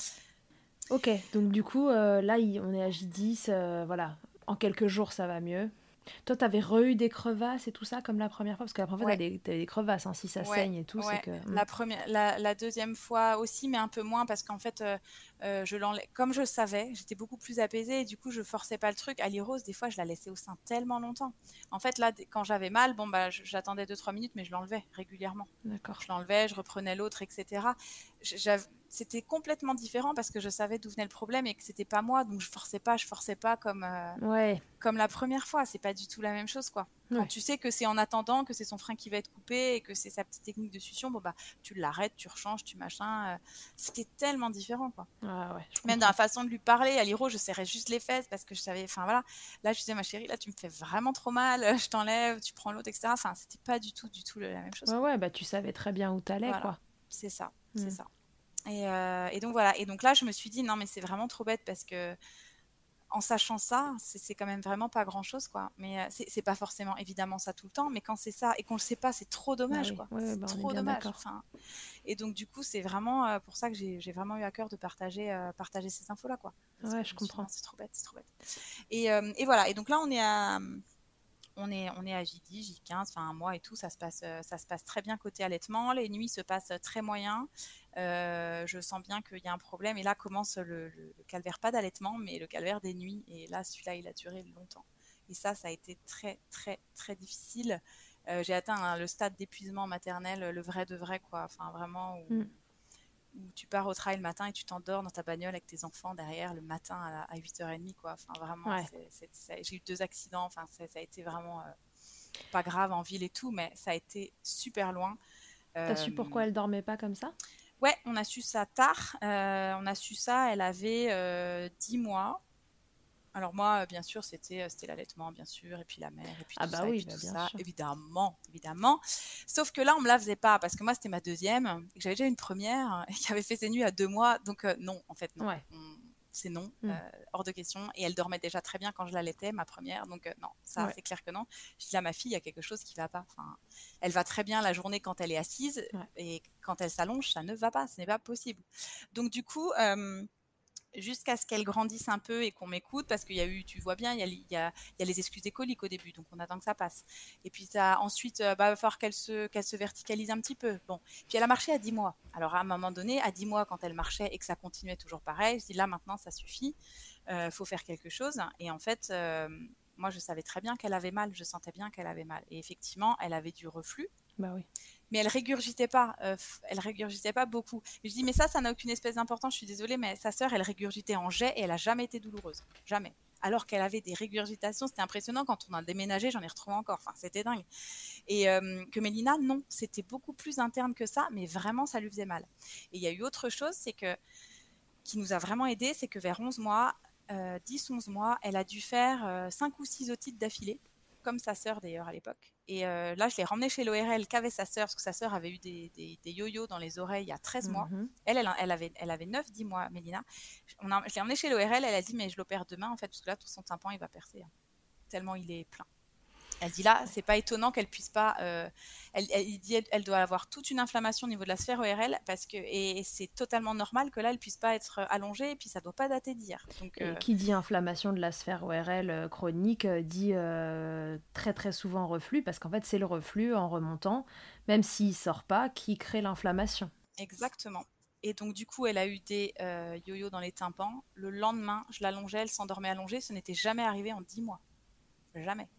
Ok, donc du coup, euh, là, il- on est à J dix, euh, voilà. En quelques jours, ça va mieux. Toi, t'avais re-eu des crevasses et tout ça, comme la première fois? Parce que la première fois, Ouais, t'as des, t'avais des crevasses, hein. Si ça ouais, saigne et tout, c'est ouais. que... hmm. La première, la, la deuxième fois aussi, mais un peu moins parce qu'en fait, euh, euh, je l'enlè- comme je le savais, j'étais beaucoup plus apaisée et du coup, je forçais pas le truc. Ali Rose, des fois, je la laissais au sein tellement longtemps. En fait, là, d- quand j'avais mal, bon bah, je- j'attendais deux trois minutes, mais je l'enlevais régulièrement. D'accord. Je l'enlevais, je reprenais l'autre, et cetera. J'av- C'était complètement différent parce que je savais d'où venait le problème et que c'était pas moi, donc je forçais pas, je forçais pas comme euh, Ouais, comme la première fois. C'est pas du tout la même chose, quoi. Quand ouais. tu sais que c'est en attendant, que c'est son frein qui va être coupé et que c'est sa petite technique de succion, bon bah tu l'arrêtes, tu rechanges, tu machin. euh, C'était tellement différent, quoi. Ah ouais, je Même dans la comprends. façon de lui parler, à Liro, je serrais juste les fesses parce que je savais, enfin voilà. Là, je disais, ma chérie, là, tu me fais vraiment trop mal, je t'enlève, tu prends l'autre, et cetera. Enfin, c'était pas du tout, du tout la même chose, Ouais, quoi. ouais, bah tu savais très bien où t'allais, Voilà, quoi. c'est ça, c'est Hmm. ça. Et, euh, et donc voilà. Et donc là, je me suis dit, non, mais c'est vraiment trop bête parce que en sachant ça, c'est c'est quand même vraiment pas grand-chose, quoi. Mais euh, c'est c'est pas forcément évidemment ça tout le temps, mais quand c'est ça et qu'on le sait pas, c'est trop Bah dommage, oui, quoi. ouais, ouais, C'est bah on est trop bien dommage. d'accord. Enfin, et donc du coup, c'est vraiment euh, pour ça que j'ai j'ai vraiment eu à cœur de partager euh, partager ces infos-là, quoi. Parce que Ouais, je je me suis dit, comprends. non, c'est trop bête, c'est trop bête. Et, euh, et voilà. Et donc là, on est à on est, on est à J dix, J quinze, enfin un mois et tout, ça se passe, euh, ça se passe très bien côté allaitement. Les nuits se passent très moyen. Euh, je sens bien qu'il y a un problème. Et là commence le, le, le calvaire, pas d'allaitement, mais le calvaire des nuits. Et là, celui-là, il a duré longtemps. Et ça, ça a été très, très, très difficile. Euh, j'ai atteint hein, le stade d'épuisement maternel, le vrai de vrai, quoi. Enfin, vraiment, où, mm. où tu pars au travail le matin et tu t'endors dans ta bagnole avec tes enfants derrière le matin à, à huit heures trente, quoi. Enfin, vraiment, ouais. c'est, c'est, c'est, j'ai eu deux accidents. Enfin, ça a été vraiment euh, pas grave en ville et tout, mais ça a été super loin. T'as euh, su pourquoi elle dormait pas comme ça ? Ouais, on a su ça tard. Euh, on a su ça, elle avait euh, dix mois. Alors moi, bien sûr, c'était, c'était l'allaitement, bien sûr, et puis la mère, et puis ah tout bah ça, oui, et puis bah tout bien ça, sûr. évidemment, évidemment. Sauf que là, on me la faisait pas, parce que moi, c'était ma deuxième, et que j'avais déjà une première, et qui avait fait ses nuits à deux mois, donc euh, non, en fait, non. Ouais. On... C'est non, mm. euh, hors de question. Et elle dormait déjà très bien quand je l'allaitais, ma première, donc euh, non, ça, ouais. C'est clair que non. Je dis là, ma fille, il y a quelque chose qui va pas. Enfin, elle va très bien la journée quand elle est assise, ouais. Et quand elle s'allonge, ça ne va pas, ce n'est pas possible. Donc du coup... Euh, jusqu'à ce qu'elle grandisse un peu et qu'on m'écoute, parce qu'il y a eu, tu vois bien, il y a, il y a, il y a les excuses des coliques au début, donc on attend que ça passe. Et puis ça, ensuite, bah, il va falloir qu'elle se, qu'elle se verticalise un petit peu. Bon. Puis elle a marché à dix mois. Alors à un moment donné, à dix mois, quand elle marchait et que ça continuait toujours pareil, je dis là maintenant ça suffit, il euh, faut faire quelque chose. Et en fait, euh, moi je savais très bien qu'elle avait mal, je sentais bien qu'elle avait mal. Et effectivement, elle avait du reflux. Bah oui. Mais elle régurgitait pas, euh, elle régurgitait pas beaucoup. Et je dis mais ça, ça n'a aucune espèce d'importance. Je suis désolée, mais sa sœur, elle régurgitait en jet et elle a jamais été douloureuse, jamais. Alors qu'elle avait des régurgitations, c'était impressionnant. Quand on a déménagé, j'en ai retrouvé encore. Enfin, c'était dingue. Et euh, que Mélina, non, c'était beaucoup plus interne que ça, mais vraiment, ça lui faisait mal. Et il y a eu autre chose, c'est que qui nous a vraiment aidé, c'est que vers onze mois, euh, dix onze mois, elle a dû faire euh, cinq ou six otites d'affilée, comme sa sœur d'ailleurs à l'époque. Et euh, là, je l'ai remmenée chez l'O R L qu'avait sa sœur, parce que sa sœur avait eu des, des, des yo-yo dans les oreilles il y a treize mm-hmm. mois. Elle, elle, elle avait, elle avait neuf dix mois, Mélina. On a, je l'ai emmenée chez l'O R L, elle a dit, mais je l'opère demain, en fait, parce que là, tout son tympan, il va percer, hein, tellement il est plein. Elle dit là, c'est pas étonnant qu'elle puisse pas. Euh, elle, elle, elle dit, elle, elle doit avoir toute une inflammation au niveau de la sphère O R L parce que et c'est totalement normal que là, elle puisse pas être allongée et puis ça doit pas dater d'hier. Donc, et euh... qui dit inflammation de la sphère O R L euh, chronique euh, dit euh, très très souvent reflux parce qu'en fait c'est le reflux en remontant, même s'il sort pas, qui crée l'inflammation. Exactement. Et donc du coup, elle a eu des euh, yo-yo dans les tympans. Le lendemain, je l'allongeais, elle s'endormait allongée. Ce n'était jamais arrivé en dix mois, jamais.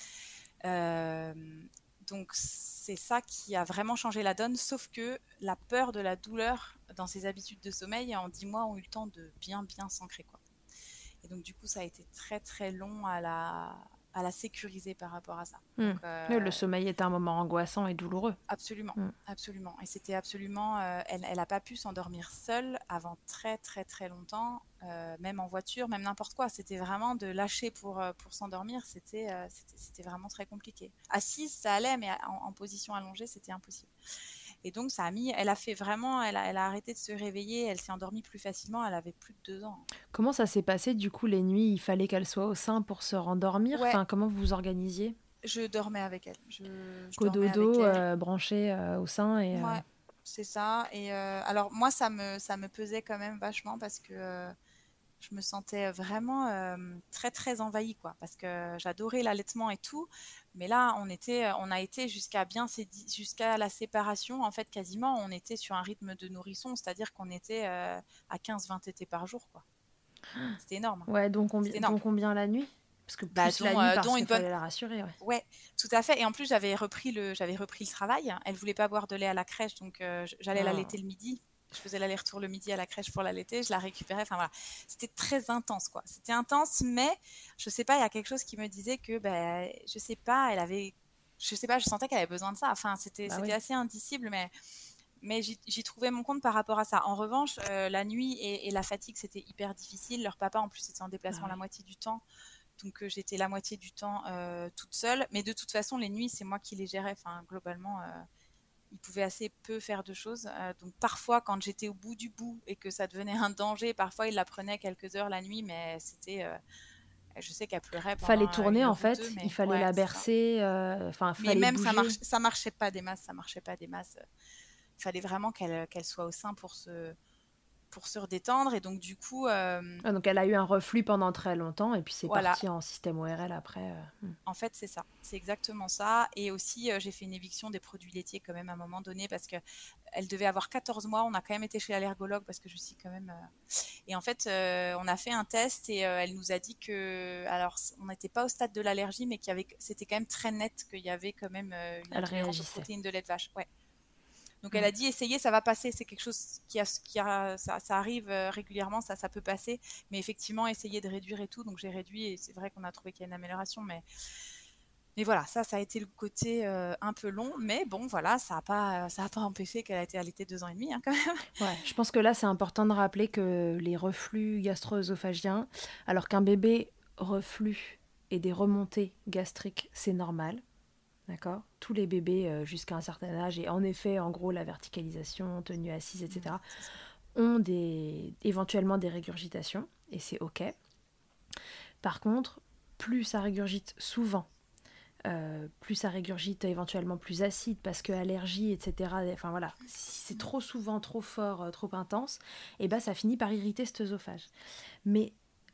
Euh, donc c'est ça qui a vraiment changé la donne, sauf que la peur de la douleur dans ses habitudes de sommeil en dix mois ont eu le temps de bien bien s'ancrer, quoi. Et donc du coup ça a été très très long à la, à la sécuriser par rapport à ça. Mmh. Donc, euh, le sommeil est un moment angoissant et douloureux. Absolument, mmh. absolument. Et c'était absolument... Euh, elle n'a pas pu s'endormir seule avant très très très longtemps, euh, même en voiture, même n'importe quoi. C'était vraiment de lâcher pour, pour s'endormir, c'était, euh, c'était, c'était vraiment très compliqué. Assise, ça allait, mais en, en position allongée, c'était impossible. Et donc ça a mis... Elle a fait vraiment... Elle a, elle a arrêté de se réveiller, elle s'est endormie plus facilement, elle avait plus de deux ans. Comment ça s'est passé du coup les nuits ? Il fallait qu'elle soit au sein pour se rendormir ? Ouais. Enfin, comment vous vous organisiez ? Je dormais avec elle. Je, je Cododo, euh, branché euh, au sein et. Ouais, euh... c'est ça. Et euh, alors moi, ça me ça me pesait quand même vachement parce que euh, je me sentais vraiment euh, très très envahie, quoi. Parce que j'adorais l'allaitement et tout, mais là, on était, on a été jusqu'à bien jusqu'à la séparation. En fait, quasiment, on était sur un rythme de nourrisson, c'est-à-dire qu'on était euh, à quinze vingt tétés par jour, quoi. C'était énorme. Ouais, donc combien, énorme. donc combien la nuit ? Parce que plus bah, dont, la nuit parce euh, qu'il bonne... fallait la rassurer. Ouais. ouais, tout à fait. Et en plus, j'avais repris le, j'avais repris le travail. Elle voulait pas boire de lait à la crèche, donc euh, j'allais oh. l'allaiter le midi. Je faisais l'aller-retour le midi à la crèche pour l'allaiter. Je la récupérais. Enfin voilà, c'était très intense, quoi. C'était intense, mais je sais pas. Il y a quelque chose qui me disait que, ben, je sais pas. Elle avait, je sais pas. Je sentais qu'elle avait besoin de ça. Enfin, c'était, bah, c'était oui. assez indicible, mais. Mais j'y, j'y trouvais mon compte par rapport à ça. En revanche, euh, la nuit et, et la fatigue, c'était hyper difficile. Leur papa, en plus, était en déplacement ah, la oui. moitié du temps. Donc euh, j'étais la moitié du temps euh, toute seule. Mais de toute façon, les nuits, c'est moi qui les gérais. Enfin, globalement, euh, ils pouvaient assez peu faire de choses. Euh, donc parfois, quand j'étais au bout du bout et que ça devenait un danger, parfois, ils la prenaient quelques heures la nuit. Mais c'était... Euh, je sais qu'elle pleurait pendant fallait tourner en fait, deux, mais... il fallait ouais, la bercer. Enfin, euh, mais fallait même bouger. ça, marche, ça marchait pas des masses. Ça marchait pas des masses. Il fallait vraiment qu'elle, qu'elle soit au sein pour se... pour se redétendre. Et donc, du coup, euh, Ah, donc elle a eu un reflux pendant très longtemps et puis c'est voilà. parti en système O R L après. euh. En fait, c'est ça. C'est exactement ça. Et aussi, euh, j'ai fait une éviction des produits laitiers quand même à un moment donné parce qu'elle devait avoir quatorze mois. On a quand même été chez l'allergologue parce que je suis quand même... euh, Et en fait, euh, on a fait un test et euh, elle nous a dit que... Alors, on n'était pas au stade de l'allergie, mais qu'il y avait... c'était quand même très net qu'il y avait quand même euh, une Elle intolérance aux réagissait. protéines de lait de vache. Ouais. Donc Ouais. elle a dit essayez, ça va passer, c'est quelque chose qui a, qui a ça, ça arrive euh, régulièrement, ça, ça peut passer, mais effectivement essayez de réduire et tout. Donc j'ai réduit et c'est vrai qu'on a trouvé qu'il y a une amélioration, mais mais voilà, ça, ça a été le côté euh, un peu long, mais bon, voilà, ça n'a pas, ça a pas empêché qu'elle a été allaitée deux ans et demi hein, quand même. Ouais, je pense que là, c'est important de rappeler que les reflux gastro-œsophagiens, alors qu'un bébé reflux et des remontées gastriques, c'est normal, d'accord. Tous les bébés euh, jusqu'à un certain âge, et en effet, en gros, la verticalisation, tenue assise, et cetera, ont des, éventuellement des régurgitations, et c'est OK. Par contre, plus ça régurgite souvent, Euh, plus ça régurgite éventuellement plus acide parce que allergie, et cetera. Enfin voilà, si c'est trop souvent, trop fort, euh, trop intense, et ben ça finit par irriter cet œsophage. Mais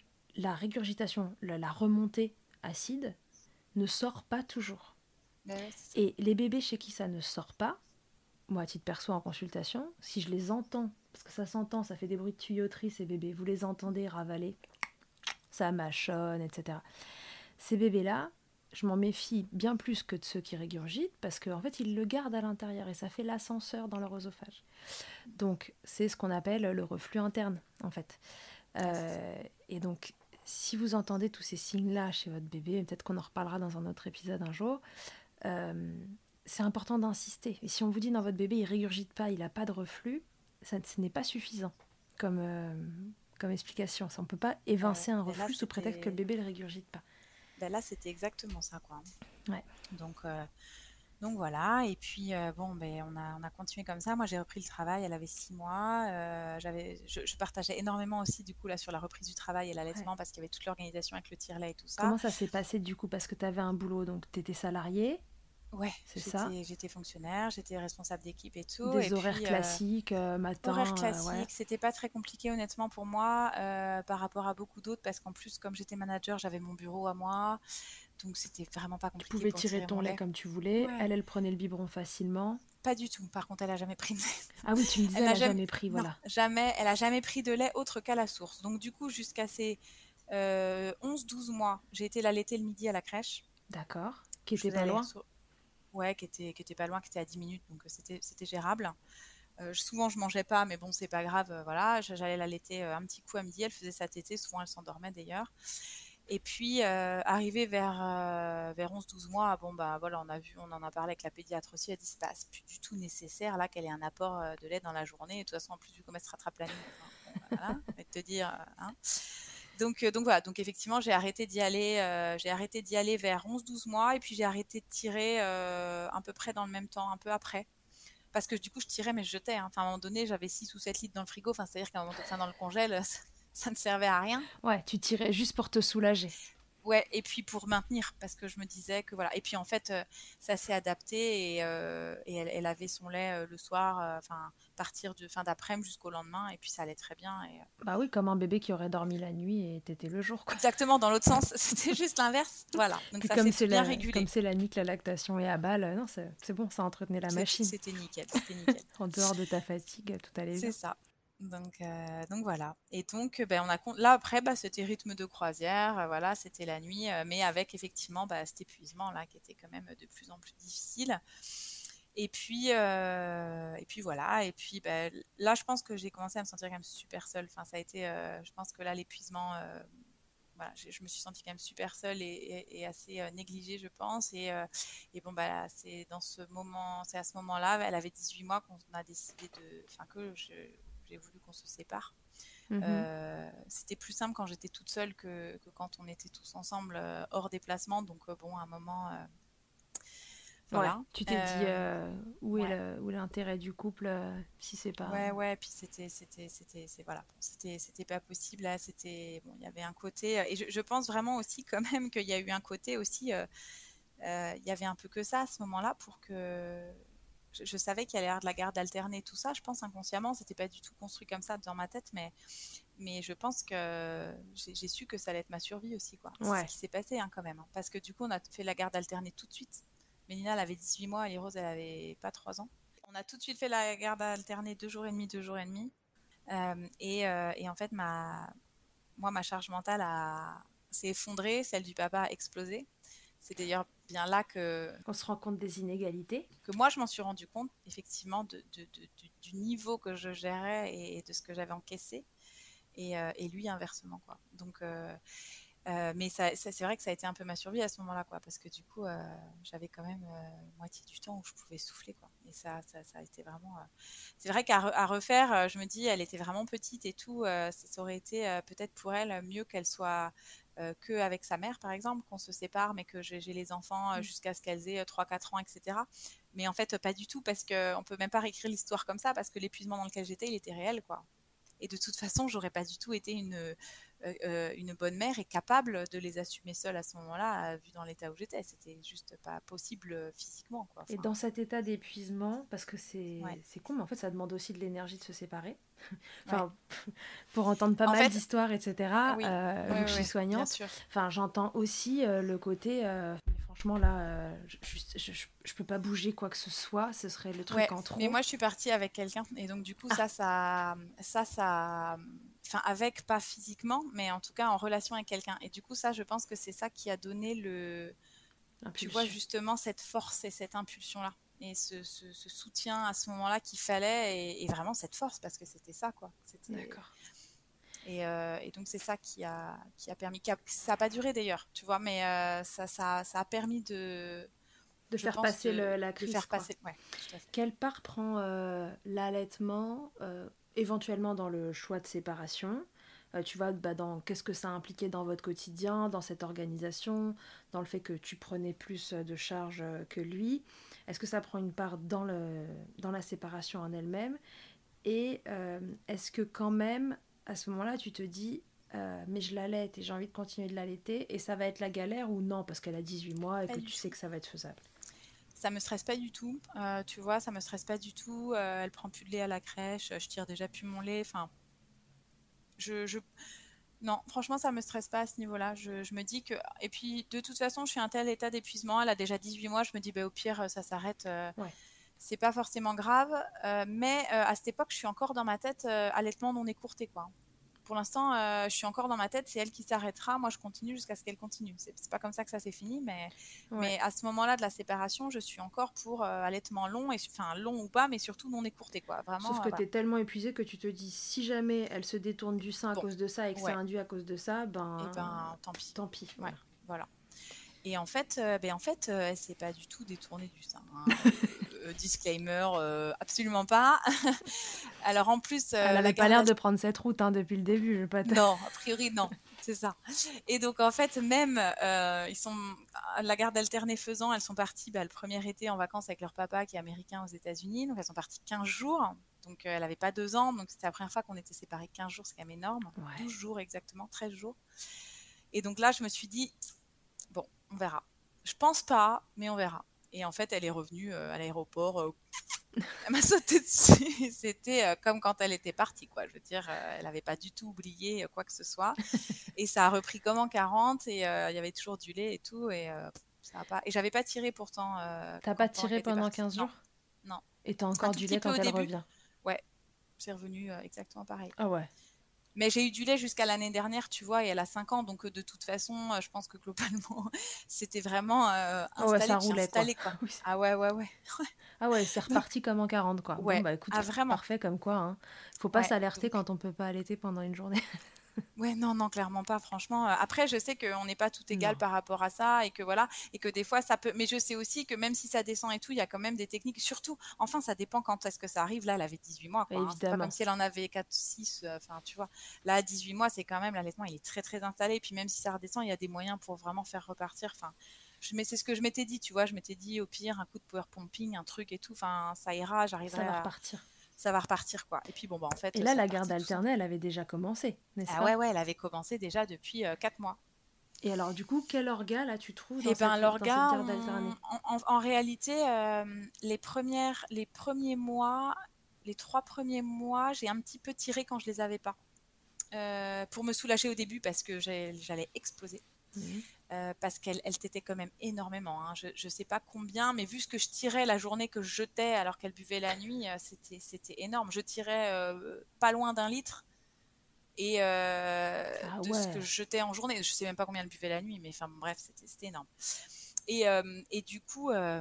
la régurgitation, la, la remontée acide ne sort pas toujours. Ouais, c'est ça. Et les bébés chez qui ça ne sort pas, moi à titre perso en consultation, si je les entends, parce que ça s'entend, ça fait des bruits de tuyauterie ces bébés, vous les entendez ravaler, ça mâchonne, et cetera. Ces bébés-là, je m'en méfie bien plus que de ceux qui régurgitent parce qu'en fait, ils le gardent à l'intérieur et ça fait l'ascenseur dans leur œsophage. Donc, c'est ce qu'on appelle le reflux interne, en fait. Euh, et donc, si vous entendez tous ces signes-là chez votre bébé, peut-être qu'on en reparlera dans un autre épisode un jour, euh, c'est important d'insister. Et si on vous dit dans votre bébé, il régurgite pas, il n'a pas de reflux, ça, ce n'est pas suffisant comme, euh, comme explication. Ça, on ne peut pas évincer Euh, un ben là, reflux sous prétexte que le c'était, bébé ne le régurgite pas. ben là, c'était exactement ça, quoi. Ouais. Donc, euh, Donc voilà, et puis euh, bon, ben, on a, on a continué comme ça. Moi, j'ai repris le travail, elle avait six mois. Euh, j'avais, je, je partageais énormément aussi, du coup, là, sur la reprise du travail et Ouais. l'allaitement, parce qu'il y avait toute l'organisation avec le tire-lait et tout ça. Comment ça s'est passé du coup? Parce que tu avais un boulot, donc tu étais salarié, Ouais, c'est ça? j'étais, j'étais fonctionnaire, j'étais responsable d'équipe et tout. Et Des horaires puis, euh, classiques, euh, horaire matin, euh, ouais. classique, c'était pas très compliqué, honnêtement, pour moi, euh, par rapport à beaucoup d'autres, parce qu'en plus, comme j'étais manager, j'avais mon bureau à moi. Donc, c'était vraiment pas Tu compliqué pouvais pour tirer tirer ton mon lait lait. comme tu voulais. Ouais, Elle, elle prenait le biberon facilement. pas du tout. Par contre, elle a jamais pris de Ah oui, tu me disais, Elle elle n'a a jamais, jamais pris, non, voilà. jamais, elle a jamais pris de lait autre qu'à la source. Donc du coup, jusqu'à ses euh, onze douze mois, j'ai été l'allaiter le midi à la crèche. D'accord. Qui Je était faisais pas loin? aller-retour. Ouais, qui était, qui était pas loin, qui était à dix minutes, donc euh, c'était, c'était gérable. Euh, souvent, je mangeais pas, mais bon, c'est pas grave. euh, voilà, j'allais l'allaiter euh, un petit coup à midi. Elle faisait sa tétée. Souvent, elle s'endormait d'ailleurs. Et puis, euh, arrivé vers, euh, vers onze douze mois, bon, bah voilà, on a vu, on en a parlé avec la pédiatre aussi. Elle dit c'est pas c'est plus du tout nécessaire là qu'elle ait un apport euh, de lait dans la journée. Et de toute façon, en plus, vu comment elle se rattrape la nuit, enfin, bon, bah, voilà, je vais te dire. euh, hein. Donc, euh, donc voilà, donc effectivement, j'ai arrêté d'y aller, euh, j'ai arrêté d'y aller vers onze douze mois. Et puis, j'ai arrêté de tirer euh, à peu près dans le même temps, un peu après. Parce que du coup, je tirais, mais je jetais. Hein. Enfin, à un moment donné, j'avais six ou sept litres dans le frigo. Enfin, c'est-à-dire qu'à un moment donné, enfin, dans le congèle, ça, ça ne servait à rien. Ouais, tu tirais juste pour te soulager. Ouais, et puis pour maintenir, parce que je me disais que voilà. Et puis en fait, euh, ça s'est adapté et, euh, et elle, elle avait son lait euh, le soir, euh, enfin, partir de fin d'après-midi jusqu'au lendemain, et puis ça allait très bien. Et, euh, Bah oui, comme un bébé qui aurait dormi la nuit et t'étais le jour, quoi. Exactement, dans l'autre sens, c'était juste l'inverse. Voilà, donc Puis ça comme s'est c'est tout bien la, comme régulé. c'est la nuit que la lactation est à balle, euh, non, c'est c'est bon, ça entretenait la C'était machine. c'était nickel, c'était nickel. En dehors de ta fatigue, tout allait C'est bien. ça. Donc, euh, donc voilà. Et donc, ben, on a con- là après, bah, c'était rythme de croisière, euh, voilà, c'était la nuit, euh, mais avec effectivement bah, cet épuisement là qui était quand même de plus en plus difficile. Et puis, euh, et puis voilà. Et puis ben, là, je pense que j'ai commencé à me sentir quand même super seule. Enfin, ça a été, euh, je pense que là, l'épuisement, euh, voilà, je, je me suis sentie quand même super seule et, et- et assez euh, négligée, je pense. Et, euh, et bon, bah, c'est dans ce moment, c'est à ce moment-là, elle avait dix-huit mois qu'on a décidé de, enfin que je- j'ai voulu qu'on se sépare. Mhm. Euh, c'était plus simple quand j'étais toute seule que, que quand on était tous ensemble euh, hors déplacement. Donc euh, bon, à un moment, euh, Ouais, voilà. tu t'es dit Euh, euh, où est ouais. le- où est l'intérêt du couple euh, si c'est pas. Ouais, ouais, puis c'était, c'était, c'était, c'est voilà, bon, c'était, c'était pas possible là, c'était, bon, il y avait un côté, euh, et je, je pense vraiment aussi quand même qu'il y a eu un côté aussi, euh, euh, il y avait un peu que ça à ce moment-là pour que je, je savais qu'il y allait y avoir de la garde alternée, tout ça. Je pense inconsciemment, c'était pas du tout construit comme ça dans ma tête, mais, mais je pense que j'ai, j'ai su que ça allait être ma survie aussi, quoi. C'est Ouais. ce qui s'est passé hein, quand même. Hein, parce que du coup, on a fait la garde alternée tout de suite. Mélina, elle avait dix-huit mois, et Rose, elle avait pas trois ans. On a tout de suite fait la garde alternée deux jours et demi, deux jours et demi. Euh, et, euh, et en fait, ma, moi, ma charge mentale a, s'est effondrée, celle du papa a explosé. C'est d'ailleurs bien là que, On se rend compte des inégalités. que moi, je m'en suis rendu compte, effectivement, de, de, de, du, du niveau que je gérais et de ce que j'avais encaissé. Et, euh, et lui, inversement, quoi. Donc, euh, euh, mais ça, ça, c'est vrai que ça a été un peu ma survie à ce moment-là, quoi, parce que du coup, euh, j'avais quand même euh, moitié du temps où je pouvais souffler, quoi. Et ça, ça, ça a été vraiment. Euh... C'est vrai qu'à re- à refaire, euh, je me dis, elle était vraiment petite et tout, euh, ça, ça aurait été euh, peut-être pour elle mieux qu'elle soit euh, que avec sa mère, par exemple, qu'on se sépare, mais que j'ai, j'ai les enfants euh, Mm. jusqu'à ce qu'elles aient trois quatre ans, et cetera. Mais en fait, pas du tout, parce qu'on peut même pas réécrire l'histoire comme ça, parce que l'épuisement dans lequel j'étais, il était réel, quoi. Et de toute façon, j'aurais pas du tout été une, euh, euh, une bonne mère et capable de les assumer seule à ce moment-là, vu dans l'état où j'étais. C'était juste pas possible euh, physiquement, quoi. Et Enfin, dans cet état d'épuisement, parce que c'est, ouais, c'est con, mais en fait, ça demande aussi de l'énergie de se séparer. ouais. Enfin, pour entendre pas En mal fait, d'histoires, et cetera, oui, euh, oui, vu que oui, je suis oui, bien soignante, sûr. enfin, j'entends aussi euh, le côté, euh, mais franchement, là, euh, je, je, je, je peux pas bouger quoi que ce soit, ce serait le Ouais, truc en mais trop. moi, je suis partie avec quelqu'un, et donc du coup, Ah, ça, ça, ça, ça, enfin, avec, pas physiquement, mais en tout cas en relation avec quelqu'un. Et du coup, ça, je pense que c'est ça qui a donné le, tu vois, impulsion. justement, cette force et cette impulsion-là. Et ce, ce, ce soutien à ce moment-là qu'il fallait, et, et vraiment cette force, parce que c'était ça, quoi. C'était... D'accord. Et, euh, et donc, c'est ça qui a, qui a permis. Qui a- ça n'a pas duré d'ailleurs, tu vois, mais euh, ça, ça, ça a permis de, De je faire pense, passer de, le, la de crise, faire quoi. passer. Ouais, tout à fait. Quelle part prend euh, l'allaitement, euh, éventuellement dans le choix de séparation? Euh, tu vois, bah, dans qu'est-ce que ça impliquait dans votre quotidien, dans cette organisation, dans le fait que tu prenais plus de charges que lui. Est-ce que ça prend une part dans, le, dans la séparation en elle-même? Et euh, est-ce que quand même, à ce moment-là, tu te dis, euh, mais je l'allaite et j'ai envie de continuer de l'allaiter, et ça va être la galère ou non, parce qu'elle a dix-huit mois et Pas que du tu sais tout. que ça va être faisable? Ça me stresse pas du tout. Euh, tu vois, ça me stresse pas du tout. Euh, elle prend plus de lait à la crèche. Je tire déjà plus mon lait. Enfin, je, je... non, franchement, ça me stresse pas à ce niveau-là. Je, je me dis que, et puis de toute façon, je suis un tel état d'épuisement. Elle a déjà dix-huit mois. Je me dis, bah, au pire, ça s'arrête. Euh, Ouais. c'est pas forcément grave. Euh, mais euh, à cette époque, je suis encore dans ma tête euh, allaitement non écourté, quoi. Pour l'instant, euh, je suis encore dans ma tête, c'est elle qui s'arrêtera. Moi, je continue jusqu'à ce qu'elle continue. C'est, c'est pas comme ça que ça s'est fini, mais, Ouais. mais à ce moment-là de la séparation, je suis encore pour euh, allaitement long, et, enfin long ou pas, mais surtout non écourté, quoi. Sauf Vraiment, que euh, tu voilà. es tellement épuisé que tu te dis, si jamais elle se détourne du sein à Bon, cause de ça et que c'est ouais. induit à cause de ça, Et ben ben, tant pis. tant pis. Ouais, Voilà. voilà. Et en fait, euh, ben en fait, euh, elle s'est pas du tout détournée du sein, hein. Euh, euh, disclaimer, euh, absolument pas. Alors en plus, Elle euh, la avait pas garde l'air de prendre cette route hein, depuis le début, je vais pas te... non, a priori non, c'est ça. Et donc en fait même euh, ils sont la garde alternée faisant, elles sont parties bah, le premier été en vacances avec leur papa qui est américain aux États-Unis. Donc elles sont parties quinze jours. Donc euh, elle avait pas deux ans, donc c'était la première fois qu'on était séparés quinze jours, c'est quand même énorme. Ouais. douze jours exactement, treize jours. Et donc là je me suis dit bon, on verra. Je pense pas, mais on verra. Et en fait elle est revenue euh, à l'aéroport. Euh, elle m'a sauté dessus. C'était euh, comme quand elle était partie, quoi. Je veux dire, euh, elle n'avait pas du tout oublié euh, quoi que ce soit. Et ça a repris comme en quarante et euh, il y avait toujours du lait et tout. Et euh, ça a pas. Et j'avais pas tiré pourtant euh, T'as pas quand pendant tiré qu'elle était pendant partie. quinze Non, jours? non. Et t'as Un encore tout du petit lait peu au quand elle début. revient? Ouais, c'est revenu euh, exactement pareil. Ah ouais. Mais j'ai eu du lait jusqu'à l'année dernière, tu vois, et elle a cinq ans. Donc euh, de toute façon, euh, je pense que globalement, c'était vraiment euh, Ah ouais, installé ça de chez roulait quoi. installé, quoi. Oui. Ah ouais, ouais, ouais. Ah ouais, c'est Donc, reparti comme en quarante quoi. Bon ouais. bah écoute, Ah vraiment. parfait comme quoi. Hein. Faut pas Ouais. s'alerter Donc quand on peut pas allaiter pendant une journée. ouais, non, non, clairement pas, franchement. Euh, Après, je sais qu'on n'est pas tout égal Non, par rapport à ça et que voilà, et que des fois ça peut. Mais je sais aussi que même si ça descend et tout, il y a quand même des techniques. Surtout, enfin, ça dépend quand est-ce que ça arrive. Là, elle avait dix-huit mois, quoi. Hein. C'est pas comme évidemment. si elle en avait quatre, six. euh, Enfin, tu vois. Là, à dix-huit mois, c'est quand même l'allaitement, il est très, très installé. Et puis même si ça redescend, il y a des moyens pour vraiment faire repartir. Enfin, je, mais c'est ce que je m'étais dit, tu vois. Je m'étais dit, au pire, un coup de power pumping, un truc et tout. Enfin, ça ira, Ça j'arriverai va à. repartir. Ça va repartir, quoi. Et puis bon, bah en Et fait, là, c'est la garde reparti tout alternée, simplement. elle avait déjà commencé, n'est-ce Ah pas? ouais, ouais, elle avait commencé déjà depuis euh, quatre mois. Et alors, du coup, quel orga, là, tu trouves dans Et cette, ben dans cette l'orga, dire on- d'alterner? en, en- en réalité, euh, les premières, les premiers mois, les trois premiers mois, j'ai un petit peu tiré quand je les avais pas. Euh, pour me soulager au début parce que j'ai- j'allais exploser. Mhm. Euh, parce qu'elle elle t'était quand même énormément, hein. Je ne sais pas combien, mais vu ce que je tirais la journée que je jetais alors qu'elle buvait la nuit, euh, c'était, c'était énorme. Je tirais euh, pas loin d'un litre et euh, Ah de ce que ouais. je jetais en journée. Je sais même pas combien elle buvait la nuit, mais enfin bref, c'était, c'était énorme. Et, euh, et du coup, euh,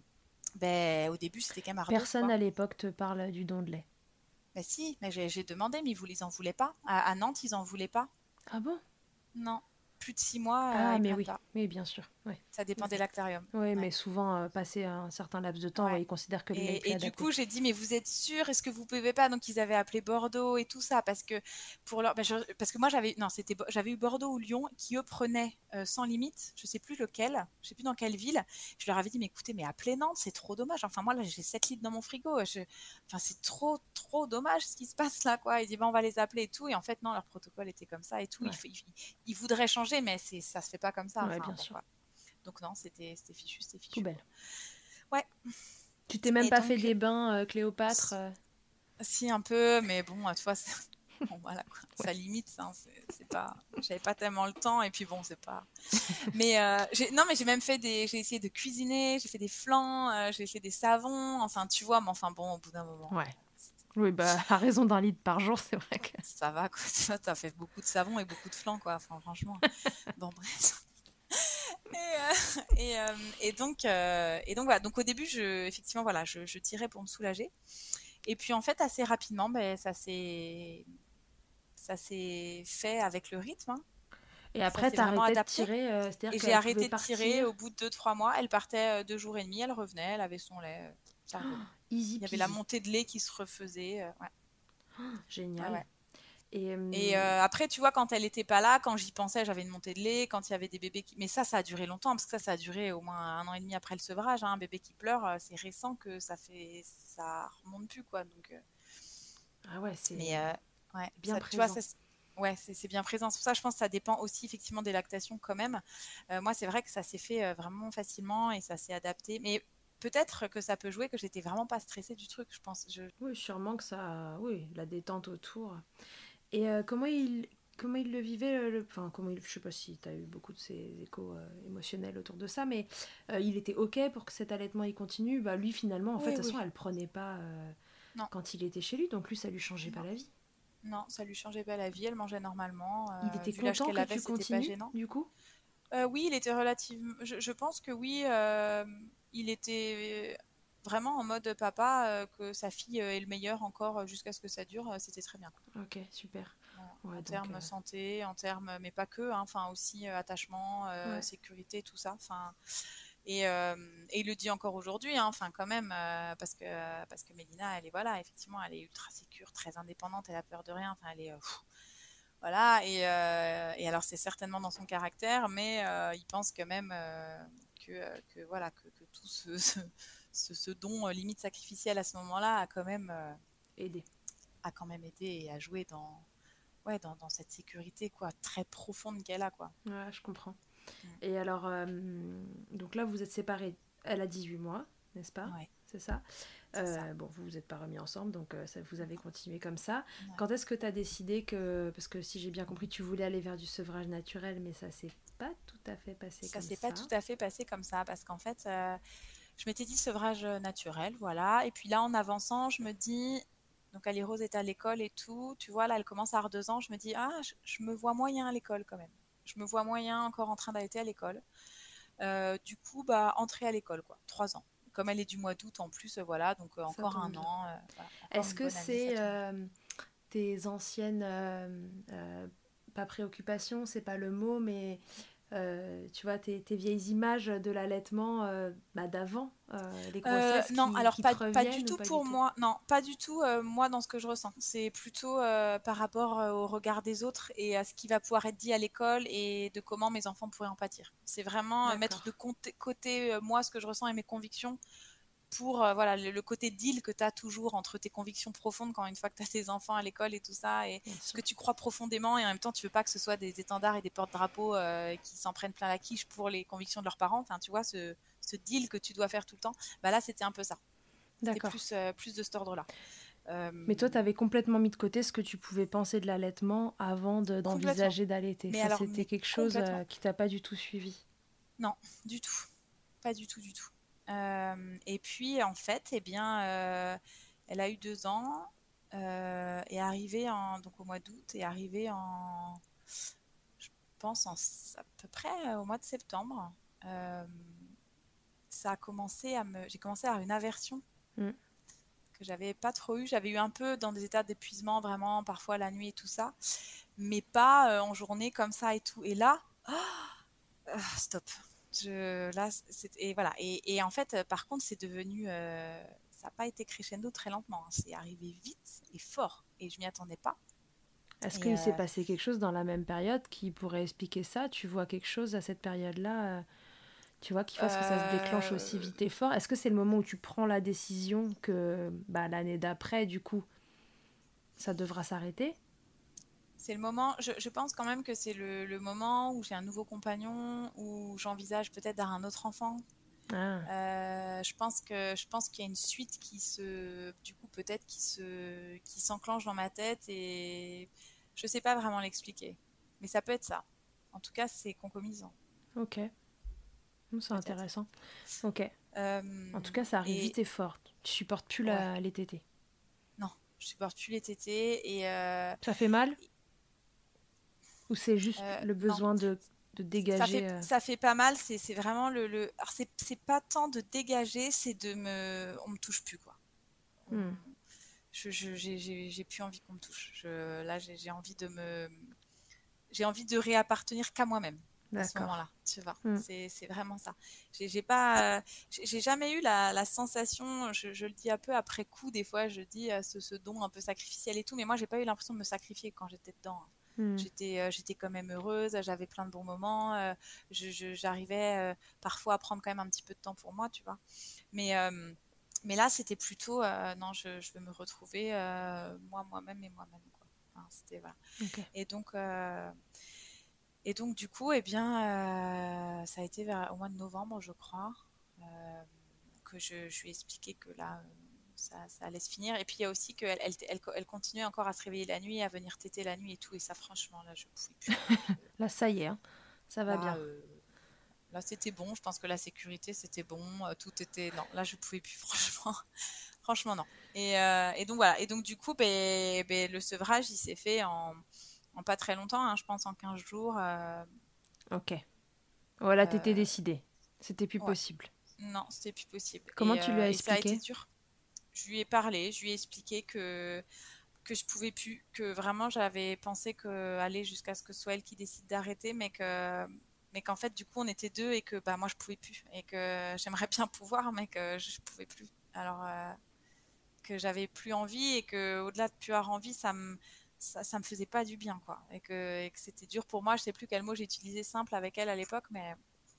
ben, au début, c'était quand même ardos, Personne quoi. à l'époque te parle du don de lait. Ben si, mais j'ai, j'ai demandé, mais ils, voulaient, ils en voulaient pas. À, à Nantes, ils en voulaient pas. Ah bon? Non, plus de six mois, euh, Ah, ils mais prennent oui, pas. oui, bien sûr. Ouais. Ça dépend Ok. des lactariums. Oui, Ouais. mais souvent, euh, passé un certain laps de temps, Ouais. ouais, ils considèrent que le lait est Et, plus et du adapté. coup, j'ai dit, mais vous êtes sûr? Est-ce que vous pouvez pas? Donc, ils avaient appelé Bordeaux et tout ça parce que pour leur, ben, je- parce que moi j'avais, non, c'était, Bo- j'avais eu Bordeaux ou Lyon qui eux prenaient euh, sans limite. Je sais plus lequel, je sais plus dans quelle ville. Je leur avais dit, mais écoutez, mais appelez Nantes, c'est trop dommage. Enfin, moi là, j'ai sept litres dans mon frigo. Je- Enfin, c'est trop, trop dommage ce qui se passe là, quoi. Ils disent, ben, on va les appeler et tout. Et en fait, non, leur protocole était comme ça et tout. Ils, Ouais, f- ils, ils voudraient changer, mais c'est, ça se fait pas comme ça. ouais, Enfin, bien bon, sûr. quoi. Donc non, c'était, c'était fichu, c'était fichu, quoi. Poubelle. Ouais. Tu t'es même Et pas fait donc, des bains euh, Cléopâtre euh, si, un peu, mais bon, à toi, c'est- bon, voilà, quoi. Ouais. Ça limite, hein, c'est c'est pas, j'avais pas tellement le temps, et puis bon, c'est pas. Mais euh, j'ai, non, mais j'ai même fait des, j'ai essayé de cuisiner, j'ai fait des flans, euh, j'ai fait des savons, enfin, tu vois, mais enfin bon, au bout d'un moment, Ouais. c'était- Oui, bah, à raison d'un litre par jour, c'est vrai que. ça va, quoi. Ça, t'as fait beaucoup de savons et beaucoup de flans, quoi. Enfin, franchement. Bon, bref. Et, euh, et, euh, et donc, euh, et donc voilà. Donc au début, je, effectivement, voilà, je, je tirais pour me soulager. Et puis en fait, assez rapidement, ben, ça s'est, ça s'est fait avec le rythme, hein. Et Ça après, s'est t'as vraiment arrêté de adapté. tirer, euh, c'est-à-dire Et j'ai qu'elle pouvait arrêté de tirer au partir. bout de deux, trois mois. Elle partait euh, deux jours et demi, elle revenait, elle avait son lait, euh, ça revenait. Easy Il y avait la peasy. montée de lait qui se refaisait. euh, ouais. Ouais, Génial. ouais. Et Et hum, euh, après, tu vois, quand elle était pas là, quand j'y pensais, j'avais une montée de lait. Quand il y avait des bébés qui. Mais ça, ça a duré longtemps, parce que ça, ça a duré au moins un an et demi après le sevrage, hein. Un bébé qui pleure, euh, c'est récent que ça fait. Ça remonte plus, quoi. Donc, euh, ah ouais, c'est Mais euh, ouais, bien ça, tu vois, présent. ça, c'est- ouais, c'est c'est bien présent. C'est pour ça, je pense que ça dépend aussi effectivement des lactations quand même. Euh, moi, c'est vrai que ça s'est fait euh, vraiment facilement et ça s'est adapté. Mais peut-être que ça peut jouer que j'étais vraiment pas stressée du truc, je pense. Je... Oui, sûrement que ça. Oui, la détente autour. Et euh, comment il. Comment il le vivait le- le- Enfin, comment il, je sais pas si tu as eu beaucoup de ces échos euh, émotionnels autour de ça, mais euh, il était OK pour que cet allaitement il continue. Bah, lui, finalement, en fait, de Oui, toute oui. façon, elle prenait pas euh, Non, quand il était chez lui, donc lui, ça lui changeait pas non, la vie. non, ça lui changeait pas la vie. Elle mangeait normalement. Il Euh, était vu l'âge content qu'elle que avait, tu c'était pas continues, gênant. du coup. Euh, oui, il était relativement. Je, je pense que oui, euh, il était vraiment en mode papa, euh, que sa fille euh, est le meilleur encore euh, jusqu'à ce que ça dure. euh, C'était très bien. Ok, super. Voilà. Ouais, En donc, termes euh, santé, en termes, mais pas que, hein, enfin aussi euh, attachement, euh, ouais, sécurité, tout ça. Enfin, et, euh, et il le dit encore aujourd'hui, hein, enfin quand même, euh, parce que parce que Mélina, elle est voilà, effectivement, elle est ultra sécure, très indépendante, elle a peur de rien. Enfin, elle est euh, pff, voilà. Et, euh, et alors c'est certainement dans son caractère, mais euh, il pense quand même euh, que, que voilà que, que tout ce, ce, ce, ce don euh, limite sacrificiel à ce moment-là a quand même euh, aider. a quand même aidé et a joué dans ouais, dans, dans cette sécurité quoi, très profonde qu'elle a. Quoi. Ouais, je comprends. Mm. Et alors, euh, donc là, vous êtes séparés. Elle a dix-huit mois, n'est-ce pas? Ouais, C'est ça. c'est ça. Euh, bon, vous vous êtes pas remis ensemble, donc euh, ça, vous avez continué comme ça. Ouais. Quand est-ce que tu as décidé que, parce que si j'ai bien compris, tu voulais aller vers du sevrage naturel, mais ça s'est pas tout à fait passé Ça comme s'est pas ça. tout à fait passé comme ça parce qu'en fait, euh, je m'étais dit sevrage naturel, voilà. Et puis là, en avançant, je me dis, donc Ali Rose est à l'école et tout, tu vois, là, elle commence à avoir deux ans, je me dis, ah, je, je me vois moyen à l'école quand même. Je me vois moyen encore en train d'allaiter à l'école. Euh, du coup, bah, entrer à l'école, quoi, trois ans. Comme elle est du mois d'août en plus, euh, voilà, donc euh, Ça encore tombe un bien. an, euh, voilà, encore Est-ce une que bonne année, ça c'est tombe bien. euh, tes anciennes, euh, euh, pas préoccupations, c'est pas le mot, mais euh, tu vois, tes, tes vieilles images de l'allaitement euh, bah, d'avant, euh, les Euh, grossesses non, qui, alors qui pas, te pas du reviennent ou tout pas du pour tout? moi. Non, pas du tout euh, moi dans ce que je ressens. C'est plutôt euh, par rapport euh, au regard des autres et à ce qui va pouvoir être dit à l'école et de comment mes enfants pourraient en pâtir. C'est vraiment euh, mettre de D'accord. côté, côté, euh, moi ce que je ressens et mes convictions pour euh, voilà, le, le côté deal que tu as toujours entre tes convictions profondes quand une fois que tu as tes enfants à l'école et tout ça, et Bien ce sûr. que tu crois profondément, et en même temps tu veux pas que ce soit des étendards et des porte-drapeaux euh, qui s'en prennent plein la quiche pour les convictions de leurs parents. Enfin, tu vois, ce, ce deal que tu dois faire tout le temps, bah là c'était un peu ça. C'était D'accord. plus, euh, plus de cet ordre-là. Euh, Mais toi, tu avais complètement mis de côté ce que tu pouvais penser de l'allaitement avant de, complètement. d'envisager d'allaiter. Mais Ça, alors, c'était mais quelque chose complètement. euh, qui t'a pas du tout suivi. Non, du tout. Pas du tout, du tout. Euh, et puis, en fait, eh bien, euh, elle a eu deux ans, euh, et arrivée en, donc au mois d'août, et arrivée en, je pense, en, à peu près au mois de septembre. Euh, ça a commencé à me, j'ai commencé à avoir une aversion Mm. que j'avais pas trop eu. J'avais eu un peu dans des états d'épuisement, vraiment, parfois la nuit et tout ça, mais pas euh, en journée comme ça et tout. Et là, euh, stop. Je, là, c'est, et voilà. Et, et en fait, euh, par contre, c'est devenu, euh, ça n'a pas été crescendo très lentement, hein. C'est arrivé vite et fort, et je m'y attendais pas. Est-ce Et qu'il s'est euh, passé quelque chose dans la même période qui pourrait expliquer ça? Tu vois quelque chose à cette période-là, euh, tu vois, qui fasse que ça se déclenche aussi euh, vite et fort? Est-ce que c'est le moment où tu prends la décision que bah, l'année d'après, du coup, ça devra s'arrêter? c'est le moment. Je, je pense quand même que c'est le, le moment où j'ai un nouveau compagnon, où j'envisage peut-être d'avoir un autre enfant. Ah, Euh, je pense que je pense qu'il y a une suite qui se, du coup peut-être qui se, qui s'enclenche dans ma tête, et je sais pas vraiment l'expliquer, mais ça peut être ça. En tout cas, c'est concomitant, ok. Hum, C'est peut-être. intéressant. Ok. Euh, En tout cas, ça arrive et vite et fort. Tu supportes plus ouais, la... les tétés. non, je supporte plus les tétés, et euh, Ça fait mal? Ou c'est juste euh, le non, besoin de, de ça fait dégager euh, ça fait pas mal. C'est c'est vraiment le, le... Alors c'est c'est pas tant de dégager, c'est de me, on me touche plus quoi. On- hmm, je, je- j'ai, j'ai, j'ai plus envie qu'on me touche. Je, là, j'ai, j'ai envie de me, j'ai envie de réappartenir qu'à moi-même à ce D'accord. moment-là. Tu vois, Hmm. c'est, c'est vraiment ça. J'ai, j'ai pas, euh, j'ai, j'ai jamais eu la, la sensation. Je, je le dis un peu après coup. Des fois, je dis euh, ce, ce don un peu sacrificiel et tout, mais moi, j'ai pas eu l'impression de me sacrifier quand j'étais dedans. Hmm. J'étais, euh, j'étais quand même heureuse, j'avais plein de bons moments, euh, je, je- j'arrivais euh, parfois à prendre quand même un petit peu de temps pour moi, tu vois. Mais, euh, mais là, c'était plutôt, euh, non, je, je veux me retrouver euh, moi, moi-même et moi-même, quoi. Enfin, c'était, voilà. Ok. Et donc, euh, et donc, du coup, eh bien, euh, ça a été vers, au mois de novembre, je crois, euh, que je, je lui ai expliqué que là, euh, ça, ça allait se finir. Et puis, il y a aussi qu'elle elle, elle, elle continuait encore à se réveiller la nuit, à venir téter la nuit et tout. Et ça, franchement, là, je ne pouvais plus, quoi. Je- Là, ça y est, hein. Ça va là, bien. euh, là, c'était bon. Je pense que la sécurité, c'était bon. Euh, tout était... Non, là, je ne pouvais plus, franchement. Franchement, non. Et, euh, et donc, voilà. Et donc, du coup, ben, ben, le sevrage, il s'est fait en, en pas très longtemps, hein, je pense en quinze jours. Euh, Ok. Voilà, t'étais euh, décidée. C'était plus ouais. possible. Non, c'était plus possible. Comment Et, tu lui as euh, et ça a été expliqué? dur. Je lui ai parlé, je lui ai expliqué que, que je pouvais plus, que vraiment j'avais pensé que aller jusqu'à ce que ce soit elle qui décide d'arrêter, mais que mais qu'en fait du coup on était deux, et que bah moi je pouvais plus, et que j'aimerais bien pouvoir, mais que je pouvais plus. Alors euh, que j'avais plus envie, et que au-delà de plus avoir envie, ça me ça, ça me faisait pas du bien, quoi, et que, et que c'était dur pour moi. Je sais plus quel mot j'ai utilisé simple avec elle à l'époque, mais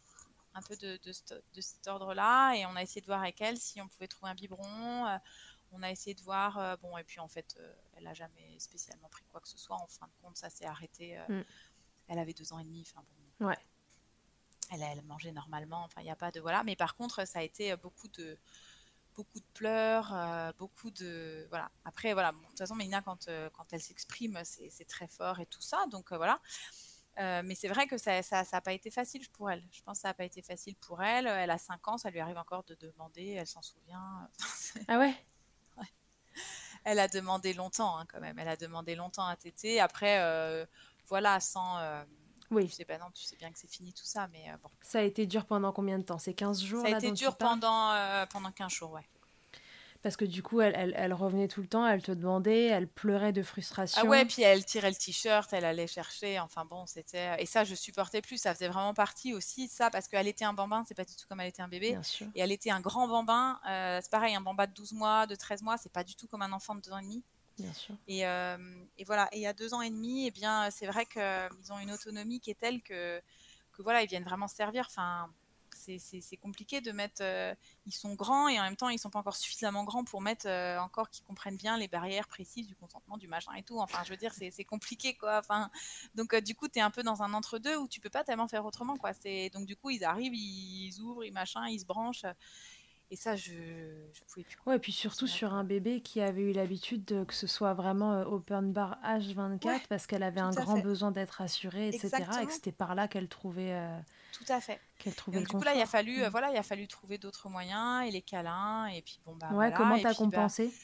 un peu de, de, de cet ordre-là. Et on a essayé de voir avec elle si on pouvait trouver un biberon. Euh, on a essayé de voir, euh, bon, et puis en fait, euh, elle n'a jamais spécialement pris quoi que ce soit. En fin de compte, ça s'est arrêté. Euh, Hmm. elle avait deux ans et demi. Enfin bon, Ouais. elle, elle mangeait normalement. Enfin, il n'y a pas de voilà. Mais par contre, ça a été beaucoup de beaucoup de pleurs, euh, beaucoup de voilà. Après, voilà. Bon, de toute façon, Mélina, quand euh, quand elle s'exprime, c'est, c'est très fort et tout ça. Donc euh, voilà. Euh, mais c'est vrai que ça n'a ça, ça pas été facile pour elle. Je pense que ça n'a pas été facile pour elle. Elle a cinq ans, ça lui arrive encore de demander, elle s'en souvient. Ah ouais? Ouais. Elle a demandé longtemps, hein, quand même. Elle a demandé longtemps à téter. Après, euh, voilà, sans... Euh, tu Oui. sais, bah non, tu sais bien que c'est fini tout ça, mais euh, bon. Ça a été dur pendant combien de temps? C'est quinze jours Ça a là été dont tu dur parles? pendant, euh, pendant quinze jours, ouais. Parce que du coup, elle, elle, elle revenait tout le temps, elle te demandait, elle pleurait de Ah ouais, frustration. puis elle tirait le t-shirt, elle allait chercher, enfin bon, c'était... Et ça, je supportais plus, ça faisait vraiment partie aussi de ça, parce qu'elle était un bambin, c'est pas du tout comme elle était un bébé, Bien sûr. et elle était un grand bambin, euh, c'est pareil, un bambin de douze mois, de treize mois, c'est pas du tout comme un enfant de deux ans et demi. Bien sûr. Et, euh, et voilà, et il y a deux ans et demi, eh bien, c'est vrai qu'ils ont une autonomie qui est telle que, que voilà, ils viennent vraiment servir, enfin... c'est, c'est, c'est compliqué de mettre. Euh, ils sont grands et en même temps, ils sont pas encore suffisamment grands pour mettre euh, encore qu'ils comprennent bien les barrières précises du consentement, du machin et tout. Enfin, je veux dire, c'est, c'est compliqué, quoi. Enfin, donc, euh, du coup, tu es un peu dans un entre-deux où tu peux pas tellement faire autrement, quoi. C'est... Donc, du coup, ils arrivent, ils, ils ouvrent, ils machin, ils se branchent. Et ça, je je pouvais plus, quoi. Ouais, et puis surtout C'est vrai sur que... un bébé qui avait eu l'habitude de, que ce soit vraiment euh, open bar H Ouais, vingt-quatre parce qu'elle avait tout un à grand fait. besoin d'être assurée, et cetera. Et que Exactement. c'était par là qu'elle trouvait, euh, Tout à fait. qu'elle Et trouvait donc le du coup là, il a confort. fallu, euh, Mm. voilà, il a fallu trouver d'autres moyens et les câlins et puis bon bah Ouais, comment voilà et t'as puis bah compensé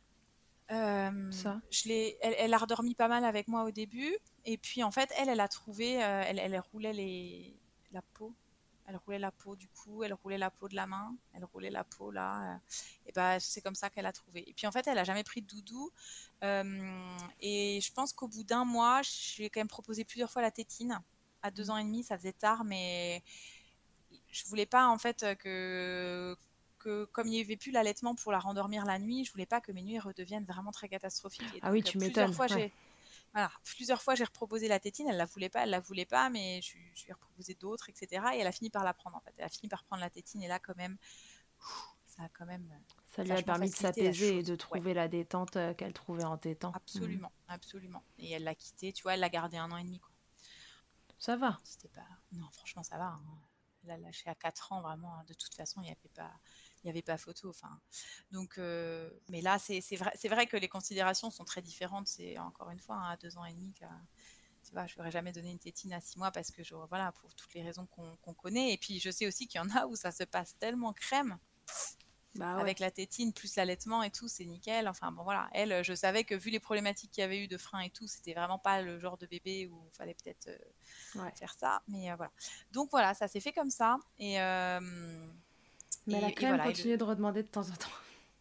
euh, ça? je l'ai, elle, elle a redormi pas mal avec moi au début et puis en fait elle, elle a trouvé, euh, elle, elle roulait les, la peau, elle roulait la peau du cou, elle roulait la peau de la main, elle roulait la peau là, euh, et bah c'est comme ça qu'elle a trouvé. Et puis en fait elle a jamais pris de doudou euh, et je pense qu'au bout d'un mois, j'ai quand même proposé plusieurs fois la tétine. À deux ans et demi, ça faisait tard, mais je voulais pas en fait que que comme il n'y avait plus l'allaitement pour la rendormir la nuit, je voulais pas que mes nuits redeviennent vraiment très catastrophiques. Et Ah oui, donc euh, tu plusieurs m'étonnes, fois ouais. j'ai voilà, plusieurs fois j'ai reproposé la tétine, elle la voulait pas, elle la voulait pas, mais je, je lui ai reproposé d'autres, et cetera. Et elle a fini par la prendre en fait. Elle a fini par prendre la tétine et là quand même, ça a quand même Ça lui a vachement permis de facilité la s'apaiser et de chose. Ouais, trouver la détente euh, qu'elle trouvait en tétant. Mm. absolument, absolument. Et elle l'a quitté, tu vois, elle l'a gardé un an et demi quoi. Ça va. C'était pas. Non, franchement, ça va. Hein. Elle a lâché à quatre ans, vraiment. De toute façon, il n'y avait pas. Il n'y avait pas photo. Enfin, donc, euh, mais là, c'est, c'est, vrai, c'est vrai que les considérations sont très différentes. C'est encore une fois hein, à deux ans et demi. Que, tu vois, je n'aurais jamais donné une tétine à six mois parce que, je, voilà, pour toutes les raisons qu'on, qu'on connaît. Et puis, je sais aussi qu'il y en a où ça se passe tellement crème Bah ouais. avec la tétine plus l'allaitement et tout, c'est nickel. Enfin bon voilà, elle, je savais que vu les problématiques qu'il y avait eu de frein et tout, c'était vraiment pas le genre de bébé où il fallait peut-être euh, Ouais. faire ça. Mais euh, voilà. Donc voilà, ça s'est fait comme ça. Et, euh, Mais elle a et, quand et même voilà. Et le... continué de redemander de temps en temps.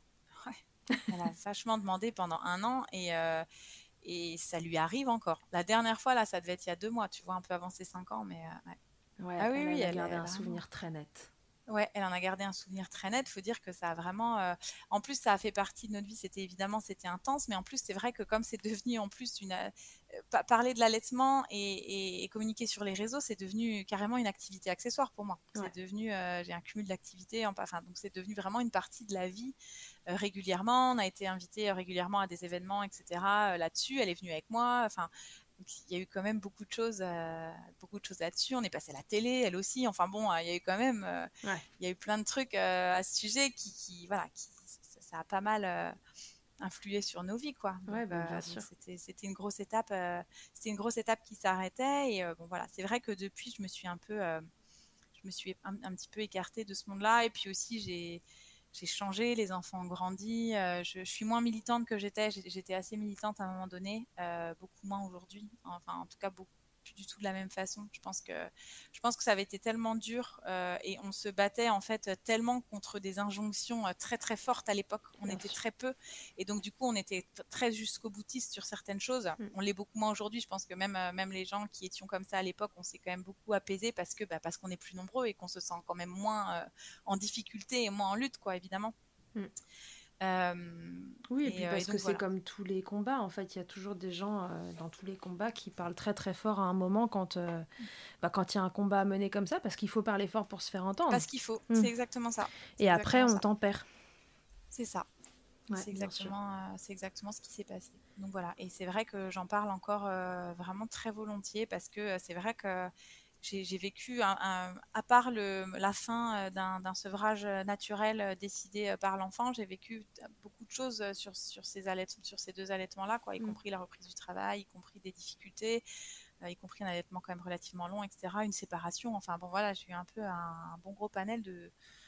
ouais. Elle a vachement demandé pendant un an et, euh, et ça lui arrive encore. La dernière fois, là, ça devait être il y a deux mois, tu vois, un peu avant ses cinq ans. Mais euh, ouais. Ouais, Ah oui, elle, oui, elle a elle gardé est un vraiment. souvenir très net. Ouais, elle en a gardé un souvenir très net. Faut dire que ça a vraiment. euh, En plus, ça a fait partie de notre vie. C'était évidemment, c'était intense, mais en plus, c'est vrai que comme c'est devenu en plus une euh, pa- parler de l'allaitement et, et- et communiquer sur les réseaux, c'est devenu carrément une activité accessoire pour moi. Ouais. C'est devenu, euh, j'ai un cumul d'activités. En... Enfin, donc c'est devenu vraiment une partie de la vie euh, régulièrement. On a été invité euh, régulièrement à des événements, et cetera euh, là-dessus, elle est venue avec moi. Enfin, donc, il y a eu quand même beaucoup de choses, euh, beaucoup de choses là-dessus. On est passé à la télé, elle aussi. Enfin bon, euh, il y a eu quand même, euh, Ouais. il y a eu plein de trucs euh, à ce sujet qui, qui voilà, qui, ça, ça a pas mal euh, influé sur nos vies, quoi. Ouais, Donc, bah, bien euh, donc sûr. c'était, c'était une grosse étape, euh, c'était une grosse étape qui s'arrêtait. Et euh, bon voilà, c'est vrai que depuis, je me suis un peu, euh, je me suis un, un petit peu écartée de ce monde-là. Et puis aussi, j'ai j'ai changé, les enfants ont grandi, euh, je, je, suis moins militante que j'étais, j'étais assez militante à un moment donné, euh, beaucoup moins aujourd'hui, enfin en tout cas beaucoup plus du tout de la même façon. Je pense que, je pense que ça avait été tellement dur euh, et on se battait en fait tellement contre des injonctions euh, très très fortes à l'époque, on Bien était sûr. très peu et donc du coup on était très jusqu'au boutiste sur certaines choses. Mm. On l'est beaucoup moins aujourd'hui, je pense que même, euh, même les gens qui étions comme ça à l'époque, on s'est quand même beaucoup apaisé parce que bah, parce qu'on est plus nombreux et qu'on se sent quand même moins euh, en difficulté et moins en lutte quoi évidemment. Mm. Euh, Oui, et puis et, euh, et parce que donc c'est voilà. comme tous les combats, en fait, il y a toujours des gens euh, dans tous les combats qui parlent très très fort à un moment quand euh, bah, quand il y a un combat à mener comme ça, parce qu'il faut parler fort pour se faire entendre. Parce qu'il faut, Mm. c'est exactement ça. C'est Et après, exactement on ça. tempère. C'est ça. Ouais, C'est bien sûr. exactement, euh, c'est exactement ce qui s'est passé. Donc voilà. Et c'est vrai que j'en parle encore euh, vraiment très volontiers parce que euh, c'est vrai que j'ai, j'ai vécu, un, un- à part le, la fin euh, d'un, d'un sevrage naturel euh, décidé euh, par l'enfant, j'ai vécu euh, beaucoup de choses euh, sur, sur, ces, allaitements, sur ces deux allaitements-là, quoi, y Mm. compris la reprise du travail, y compris des difficultés, euh, y compris un allaitement quand même relativement long, et cetera. Une séparation. Enfin bon, voilà, j'ai eu un peu un, un bon gros panel de,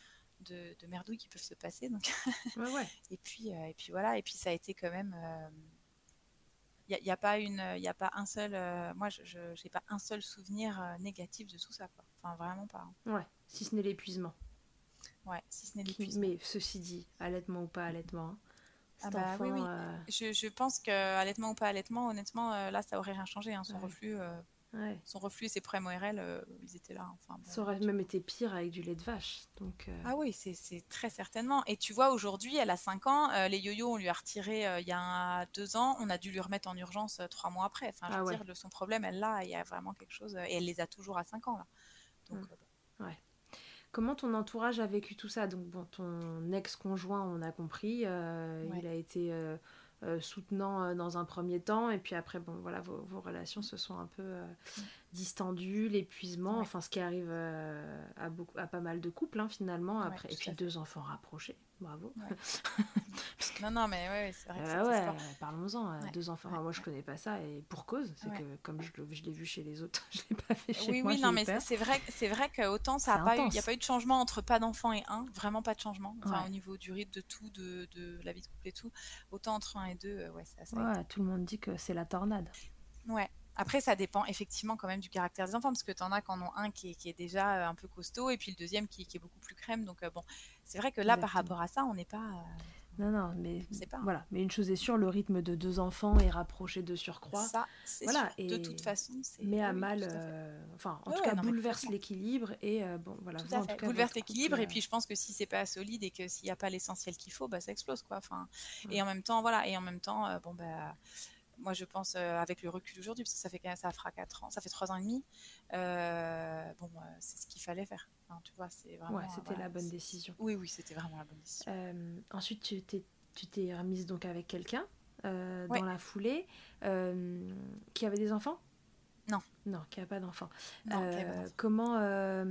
de, de merdouilles qui peuvent se passer. Donc Ouais, ouais. et puis, euh, et puis voilà, et puis ça a été quand même. Il n'y a, y a pas une, il y a pas un seul. Euh, moi, je, je j'ai pas un seul souvenir euh, négatif de tout ça, quoi. Enfin, vraiment pas. Hein. Ouais, si ce n'est l'épuisement. Ouais, si ce n'est Qui... l'épuisement. Mais ceci dit, allaitement ou pas allaitement, hein, Ah cet bah oui, enfant... oui. euh, Je, je pense que allaitement ou pas allaitement, honnêtement, euh, là, ça aurait rien changé. Hein. Son Ouais, reflux, euh, ouais. son reflux et ses problèmes O R L, euh, ils étaient là. Enfin bon. Ça aurait Tu même vois. été pire avec du lait de vache. Donc, euh, Ah oui, c'est, c'est très certainement. Et tu vois, aujourd'hui, elle a cinq ans. euh, les yo-yo, on lui a retiré euh, il y a deux ans. On a dû lui remettre en urgence euh, trois mois après. Enfin, je ah veux ouais. dire, le, son problème, elle l'a. Il y a vraiment quelque chose. euh, et elle les a toujours à cinq ans, là. Donc, Mm. euh, Ouais. Comment ton entourage a vécu tout ça? Donc, bon, ton ex-conjoint, on a compris, euh, Ouais. il a été euh, euh, soutenant euh, dans un premier temps, et puis après, bon, voilà, vos, vos relations se sont un peu euh, Mm. distendues, l'épuisement, Ouais, enfin, ce qui arrive euh, à, beaucoup, à pas mal de couples, hein, finalement, ouais, après. Et tout puis, à fait. deux enfants rapprochés, bravo. Ouais. Parce que Non, non, mais ouais, ouais, c'est vrai que euh, c'était ouais, fort. parlons-en. euh, Ouais, Deux enfants, ouais, enfin, moi je ouais, connais pas ça et pour cause, c'est que ouais. comme je, le- je l'ai vu chez les autres, je l'ai pas fait chez Oui, moi, oui, j'ai non, eu mais peur. c'est vrai, c'est vrai que autant ça C'est a pas eu, il y a intense. pas eu de changement entre pas d'enfant et un, vraiment pas de changement. Enfin, au Ouais. niveau du rythme de tout, de, de la vie de couple et tout, autant entre un et deux, euh, ouais, ça, ça a été. Ouais, tout le monde dit que c'est la tornade. Ouais. Après, ça dépend effectivement quand même du caractère des enfants, parce que t'en as qui en ont un qui est, qui est déjà euh, un peu costaud, et puis le deuxième qui, qui est beaucoup plus crème. Donc euh, bon, c'est vrai que là, par Exactement. rapport à ça, on n'est pas, euh, Non, non, mais on sait pas, hein. voilà. Mais une chose est sûre, le rythme de deux enfants est rapproché de surcroît. Ça, c'est Voilà, sûr. De toute et façon, c'est met à oui, oui, mal, tout à fait. euh, enfin, en Ouais, tout ouais, cas, non, mais bouleverse complètement. l'équilibre. Et euh, bon, voilà, Tout vous, à en tout fait. cas, Bouleverse votre couple. l'équilibre, et euh, puis je pense que si c'est pas solide et que s'il n'y a pas l'essentiel qu'il faut, bah ça explose quoi. Enfin, et ouais. en même temps, voilà, et en même temps, euh, bon bah, moi je pense euh, avec le recul aujourd'hui, parce que ça fait quand même- ça fera quatre ans, ça fait trois ans et demi, euh, bon, euh, c'est ce qu'il fallait faire. Enfin, tu vois, c'est Ouais, vraiment, euh, c'était voilà. la bonne c'est- c'est- décision. Oui, oui, c'était vraiment la bonne décision. Euh, ensuite, tu t'es, tu t'es remise donc avec quelqu'un euh, Ouais, dans la foulée euh, qui avait des enfants. non, Non, qui n'a pas d'enfant. non, qu'il n'y avait pas Euh, d'enfant. comment euh,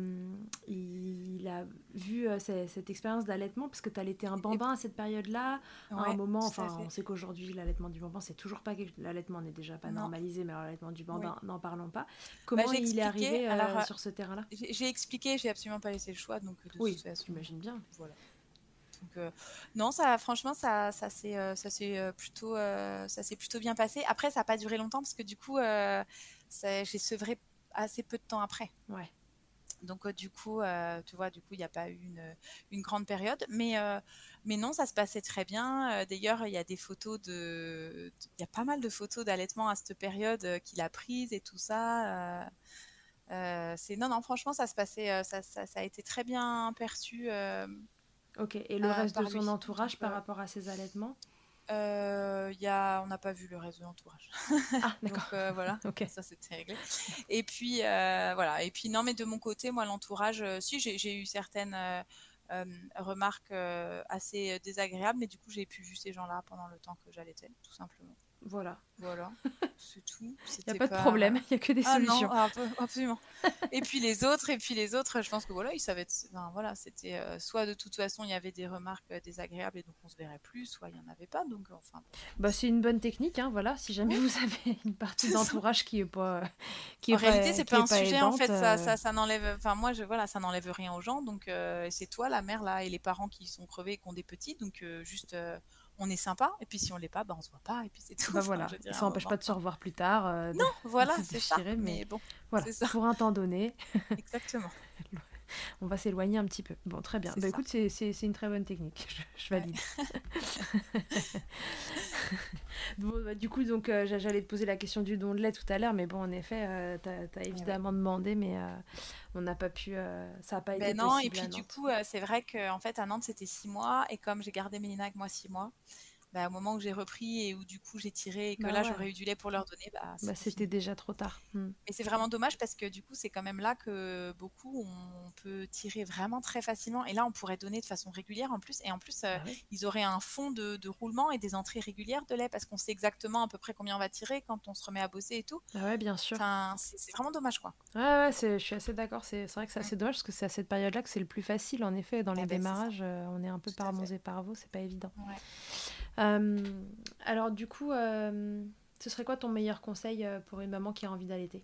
il a vu euh, cette, cette expérience d'allaitement? Parce que tu allaitais un Et, bambin à cette période-là, à un ouais, moment, tout à enfin, on fait. sait qu'aujourd'hui, l'allaitement du bambin, c'est toujours pas quelque... L'allaitement n'est déjà pas Non, normalisé, mais alors l'allaitement du oui. bambin, n'en parlons pas. Bah, Comment j'ai il est expliqué. arrivé Alors, euh, euh, sur ce terrain-là? j'ai j'ai expliqué, j'ai absolument pas laissé le choix, donc de toute Oui, façon, j'imagine bien. voilà. Donc, euh, non, ça, franchement, ça, ça s'est, euh, ça s'est euh, plutôt, euh, ça s'est plutôt bien passé. Après, ça n'a pas duré longtemps parce que du coup, euh, ça- j'ai sevré assez peu de temps après. Ouais. Donc, euh, du coup, euh, tu vois, du coup, il n'y a pas eu une, une grande période. Mais, euh, mais non, ça se passait très bien. Euh, D'ailleurs, il y a des photos de, il y a pas mal de photos d'allaitement à cette période euh, qu'il a prises et tout ça. Euh, euh, c'est non, non, franchement, ça se passait, euh, ça, ça, ça a été très bien perçu euh, Ok, et le euh, reste de par son lui. Donc, entourage par euh, rapport à ses allaitements? Euh, y a, on n'a pas vu le reste de l'entourage. Ah, Donc d'accord. euh, voilà, Ok. ça c'était réglé. Et puis euh, voilà, et puis non, mais de mon côté, moi l'entourage, euh, si j'ai, j'ai eu certaines euh, euh, remarques euh, assez désagréables, mais du coup j'ai pu vu ces gens-là pendant le temps que j'allaitais, tout simplement. Voilà. Voilà, c'est tout. Il n'y a C'était pas de problème, pas. il n'y a que des Ah non, solutions. ah, absolument. Et puis les autres, et puis les autres, je pense que voilà, ils savaient. Enfin, voilà, c'était euh, soit de toute façon il y avait des remarques euh, désagréables et donc on se verrait plus, soit il y en avait pas. Donc enfin, bon, Bah, c'est une bonne technique, hein, voilà. Si jamais oui, vous avez une partie c'est ça. d'entourage qui est pas, qui En est réalité, pas, c'est qui pas est un pas sujet en aidante, fait, ça, euh, ça, ça n'enlève. Enfin, moi, je voilà, ça n'enlève rien aux gens. Donc, euh, c'est toi, la mère là, et les parents qui sont crevés et qui ont des petits. Donc, euh, juste, euh, on est sympa. Et puis, si on l'est pas, bah, on se voit pas. Et puis, c'est tout. bah Enfin, voilà. je veux Et dire, à ça un n'empêche pas moment. de se Enfin, revoir plus tard, euh, de, non, de voilà, se c'est ça. déchirer, mais Mais bon, voilà. c'est ça, Pour un temps donné, exactement. on va s'éloigner un petit peu. Bon, très bien. C'est Bah ça. écoute, c'est, c'est, c'est une très bonne technique. Je, je Ouais. valide. Bon, bah, du coup, donc, euh, j'allais te poser la question du don de lait tout à l'heure, mais bon, en effet, euh, t'as, t'as Et ouais. évidemment demandé, mais euh, on n'a pas pu, euh, ça n'a pas été Ben non, et possible puis à du Nantes. coup, euh, c'est vrai qu'en fait, à Nantes, c'était six mois. Et comme j'ai gardé Mélina avec moi six mois, bah, au moment où j'ai repris et où du coup j'ai tiré et que Bah là ouais, j'aurais eu du lait pour leur donner, bah bah c'était c'était fini. déjà trop tard. Hmm. Mais c'est vraiment dommage parce que du coup, c'est quand même là que beaucoup on peut tirer vraiment très facilement. Et là, on pourrait donner de façon régulière en plus. Et en plus, euh, Bah oui. ils auraient un fond de, de roulement et des entrées régulières de lait parce qu'on sait exactement à peu près combien on va tirer quand on se remet à bosser et tout. Bah ouais, bien sûr. Enfin, c'est c'est vraiment dommage, quoi. Ouais, ouais, c'est, je suis assez d'accord. C'est, c'est vrai que c'est Mm. assez dommage parce que c'est à cette période-là que c'est le plus facile. En effet, dans les Ah ben, c'est ça, démarrages, euh, on est un peu tout à par fait. Mons et par Vaux, c'est pas évident. Ouais. Euh, alors, du coup, euh, ce serait quoi ton meilleur conseil euh, pour une maman qui a envie d'allaiter?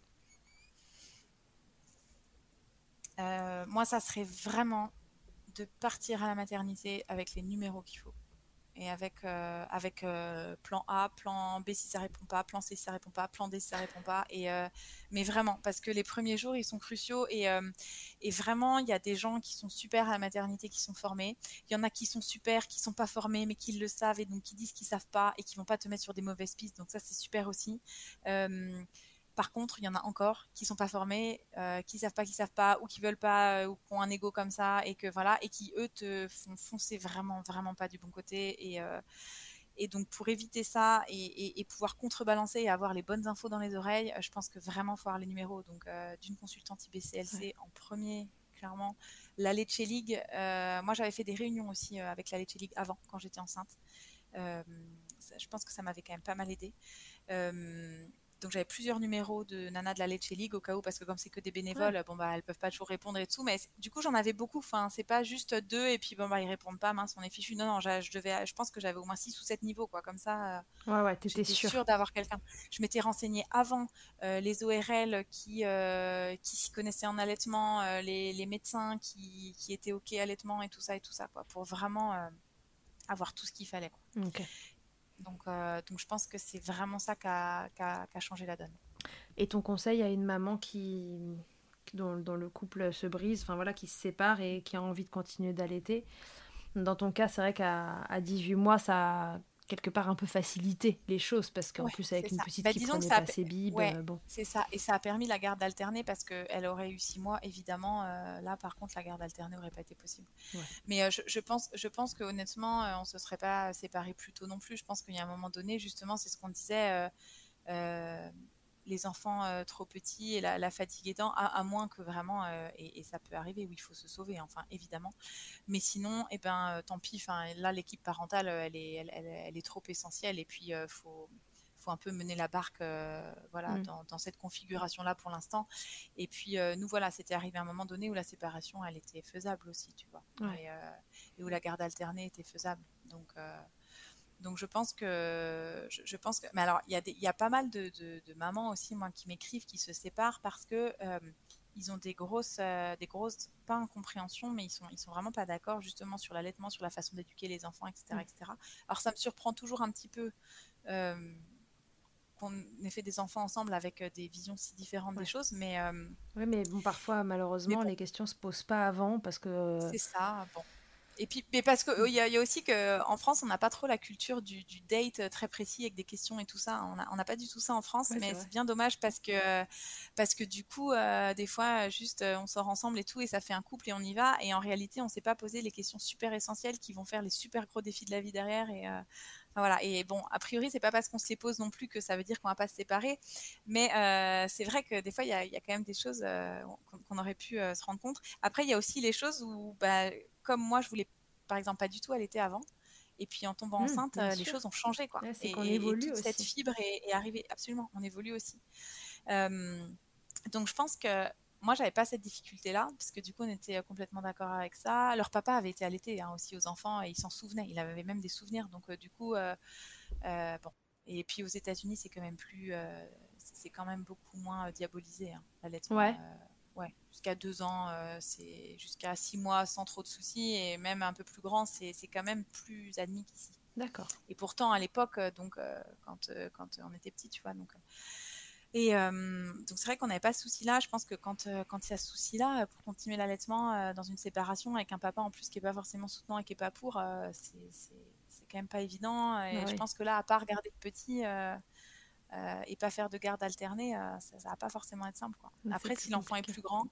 Euh, moi, ça serait vraiment de partir à la maternité avec les numéros qu'il faut. Et avec, euh, avec euh, plan A, plan B si ça répond pas, plan C si ça répond pas, plan D si ça répond pas. Et, euh, mais vraiment, parce que les premiers jours, ils sont cruciaux. Et, euh, et vraiment, il y a des gens qui sont super à la maternité, qui sont formés. Il y en a qui sont super, qui sont pas formés, mais qui le savent et donc qui disent qu'ils savent pas et qui vont pas te mettre sur des mauvaises pistes. Donc ça, c'est super aussi. Euh, Par contre, il y en a encore qui sont pas formés, euh, qui savent pas, qui savent pas, ou qui veulent pas, euh, ou qui ont un ego comme ça, et que voilà, et qui eux te font foncer vraiment, vraiment pas du bon côté. Et, euh, et donc pour éviter ça et, et- et pouvoir contrebalancer et avoir les bonnes infos dans les oreilles, euh, je pense que vraiment faut avoir les numéros. Donc euh, d'une consultante Ouais. I B C L C en premier clairement. La Leche League, euh, moi j'avais fait des réunions aussi euh, avec la Leche League avant, quand j'étais enceinte. Euh, ça, je pense que ça m'avait quand même pas mal aidé. Euh, donc j'avais plusieurs numéros de Nana de la Leche League au cas où, parce que comme c'est que des bénévoles, Ouais. bon bah elles peuvent pas toujours répondre et tout, mais c- du coup j'en avais beaucoup. Enfin c'est pas juste deux et puis bon bah ils répondent pas, mince on est fichu. Non non, j'a- je devais, je pense que j'avais au moins six ou sept niveaux quoi. Comme ça, euh, Ouais, ouais, t'étais j'étais sûre. sûre d'avoir quelqu'un. Je m'étais renseignée avant euh, les O R L qui euh, qui s'y connaissaient en allaitement, euh, les, les médecins qui, qui étaient ok allaitement et tout ça et tout ça quoi, pour vraiment euh, avoir tout ce qu'il fallait quoi. Ok. Donc, euh, donc je pense que c'est vraiment ça qui a, qui a- qui a changé la donne. Et ton conseil à une maman qui dont, dont le couple se brise, enfin voilà, qui se sépare et qui a envie de continuer d'allaiter. Dans ton cas, c'est vrai qu'à à dix-huit mois, ça a quelque part un peu facilité les choses parce qu'en Ouais, plus c'est avec une ça. petite Bah, qui disons que prenait ça a, pas pe- ses bibes, ouais, euh, bon. c'est ça. Et ça a permis la garde alternée parce qu'elle aurait eu six mois, évidemment. Euh, là, par contre, la garde alternée n'aurait pas été possible. Ouais. Mais euh, je, je pense, je pense que honnêtement, euh, on se serait pas séparés plus tôt non plus. Je pense qu'il y a un moment donné, justement, c'est ce qu'on disait. euh, euh, les enfants euh, trop petits et la, la fatigue aidant, à, à moins que vraiment, euh, et, et ça peut arriver, où il faut se sauver, enfin évidemment. Mais sinon, eh ben, euh, tant pis. Enfin, là, l'équipe parentale, euh, elle est, elle, elle- elle est trop essentielle. Et puis, euh, faut, faut un peu mener la barque, euh, voilà, Mm. dans, dans cette configuration-là pour l'instant. Et puis, euh, nous, voilà, c'était arrivé à un moment donné où la séparation, elle était faisable aussi, tu vois, Ouais. et, euh, et où la garde alternée était faisable. Donc, euh, donc je pense que, je, je pense que, mais alors il y a des, il y a pas mal de, de, de mamans aussi, moi, qui m'écrivent, qui se séparent parce que euh, ils ont des grosses, euh, des grosses, pas incompréhensions, mais ils sont, ils sont vraiment pas d'accord justement sur l'allaitement, sur la façon d'éduquer les enfants, et cetera, Mm. et cetera. Alors ça me surprend toujours un petit peu euh, qu'on ait fait des enfants ensemble avec euh, des visions si différentes des Ouais. choses, mais, euh, Ouais, mais bon, parfois, mais malheureusement, bon, les questions se posent pas avant parce que. euh, c'est ça. Bon. Et puis, mais parce qu'il y, a- il y a aussi qu'en France, on n'a pas trop la culture du, du date très précis avec des questions et tout ça. On n'a on n'a pas du tout ça en France, Ouais, c'est mais vrai. c'est bien dommage parce que, parce que du coup, euh, des fois, juste euh, on sort ensemble et tout, et ça fait un couple et on y va. Et en réalité, on ne s'est pas posé les questions super essentielles qui vont faire les super gros défis de la vie derrière. Et, euh, enfin, voilà. Et bon, a priori, c'est pas parce qu'on se les pose non plus que ça veut dire qu'on va pas se séparer. Mais euh, c'est vrai que des fois, il y a, il y a quand même des choses euh, qu'on qu'on aurait pu euh, se rendre compte. Après, il y a aussi les choses où, bah, comme moi, je voulais par exemple pas du tout allaiter avant. Et puis en tombant Mm, enceinte, bien euh, les sûr. choses ont changé, quoi. Ouais, c'est Et, qu'on et- et évolue toute cette aussi. fibre est, est arrivée. Absolument, on évolue aussi. Euh, donc je pense que moi, j'avais pas cette difficulté-là, parce que du coup, on était euh, complètement d'accord avec ça. Leur papa avait été allaité hein, aussi aux enfants, et il s'en souvenait. Il avait même des souvenirs. Donc euh, du coup, euh, euh, bon. Et puis aux États-Unis, c'est quand même plus, euh, c'est c'est quand même beaucoup moins euh, diabolisé, hein, l'allaitement. Ouais, euh, ouais, jusqu'à deux ans, euh, c'est jusqu'à six mois sans trop de soucis, et même un peu plus grand, c'est c'est quand même plus admis qu'ici. d'accord. Et pourtant, à l'époque, euh, donc euh, quand euh, quand on était petit, tu vois, donc. euh, Et euh, donc c'est vrai qu'on n'avait pas ce souci-là. Je pense que quand euh, quand il y a ce souci-là, euh, pour continuer l'allaitement euh, dans une séparation avec un papa en plus qui est pas forcément soutenant et qui est pas pour, euh, c'est c'est c'est quand même pas évident. Bah Et je oui, pense que là, à part garder le petit euh, euh, et pas faire de garde alternée, euh, ça, ça va pas forcément être simple, quoi. mais c'est Après, plus si l'enfant est compliqué. plus grand,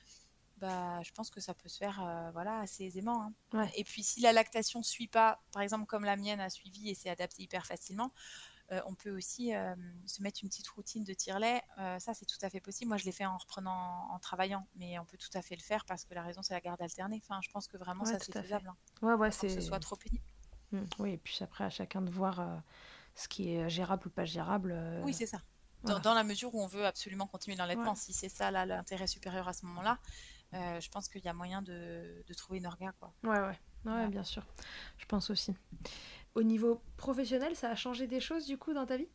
bah, je pense que ça peut se faire, euh, voilà, assez aisément, hein. Ouais, Et puis, si la lactation suit pas, par exemple comme la mienne a suivi et s'est adaptée hyper facilement, euh, on peut aussi euh, se mettre une petite routine de tire-lait. Euh, ça, c'est tout à fait possible. Moi, je l'ai fait en reprenant, en travaillant, mais on peut tout à fait le faire parce que la raison, c'est la garde alternée. Enfin, je pense que vraiment, ouais, ça, c'est tout à fait. faisable, hein, Ouais, ouais, sans que ce c'est. soit trop pénible. Mm. Oui, et puis après, à chacun de voir euh, ce qui est gérable ou pas gérable. euh, Oui, c'est ça. Dans, Voilà. dans la mesure où on veut absolument continuer Ouais, l'allaitement, si c'est ça là l'intérêt supérieur à ce moment-là, euh, je pense qu'il y a moyen de, de trouver une orga, quoi. ouais, ouais. Ouais, Voilà. bien sûr. Je pense aussi. Au niveau professionnel, ça a changé des choses du coup dans ta vie?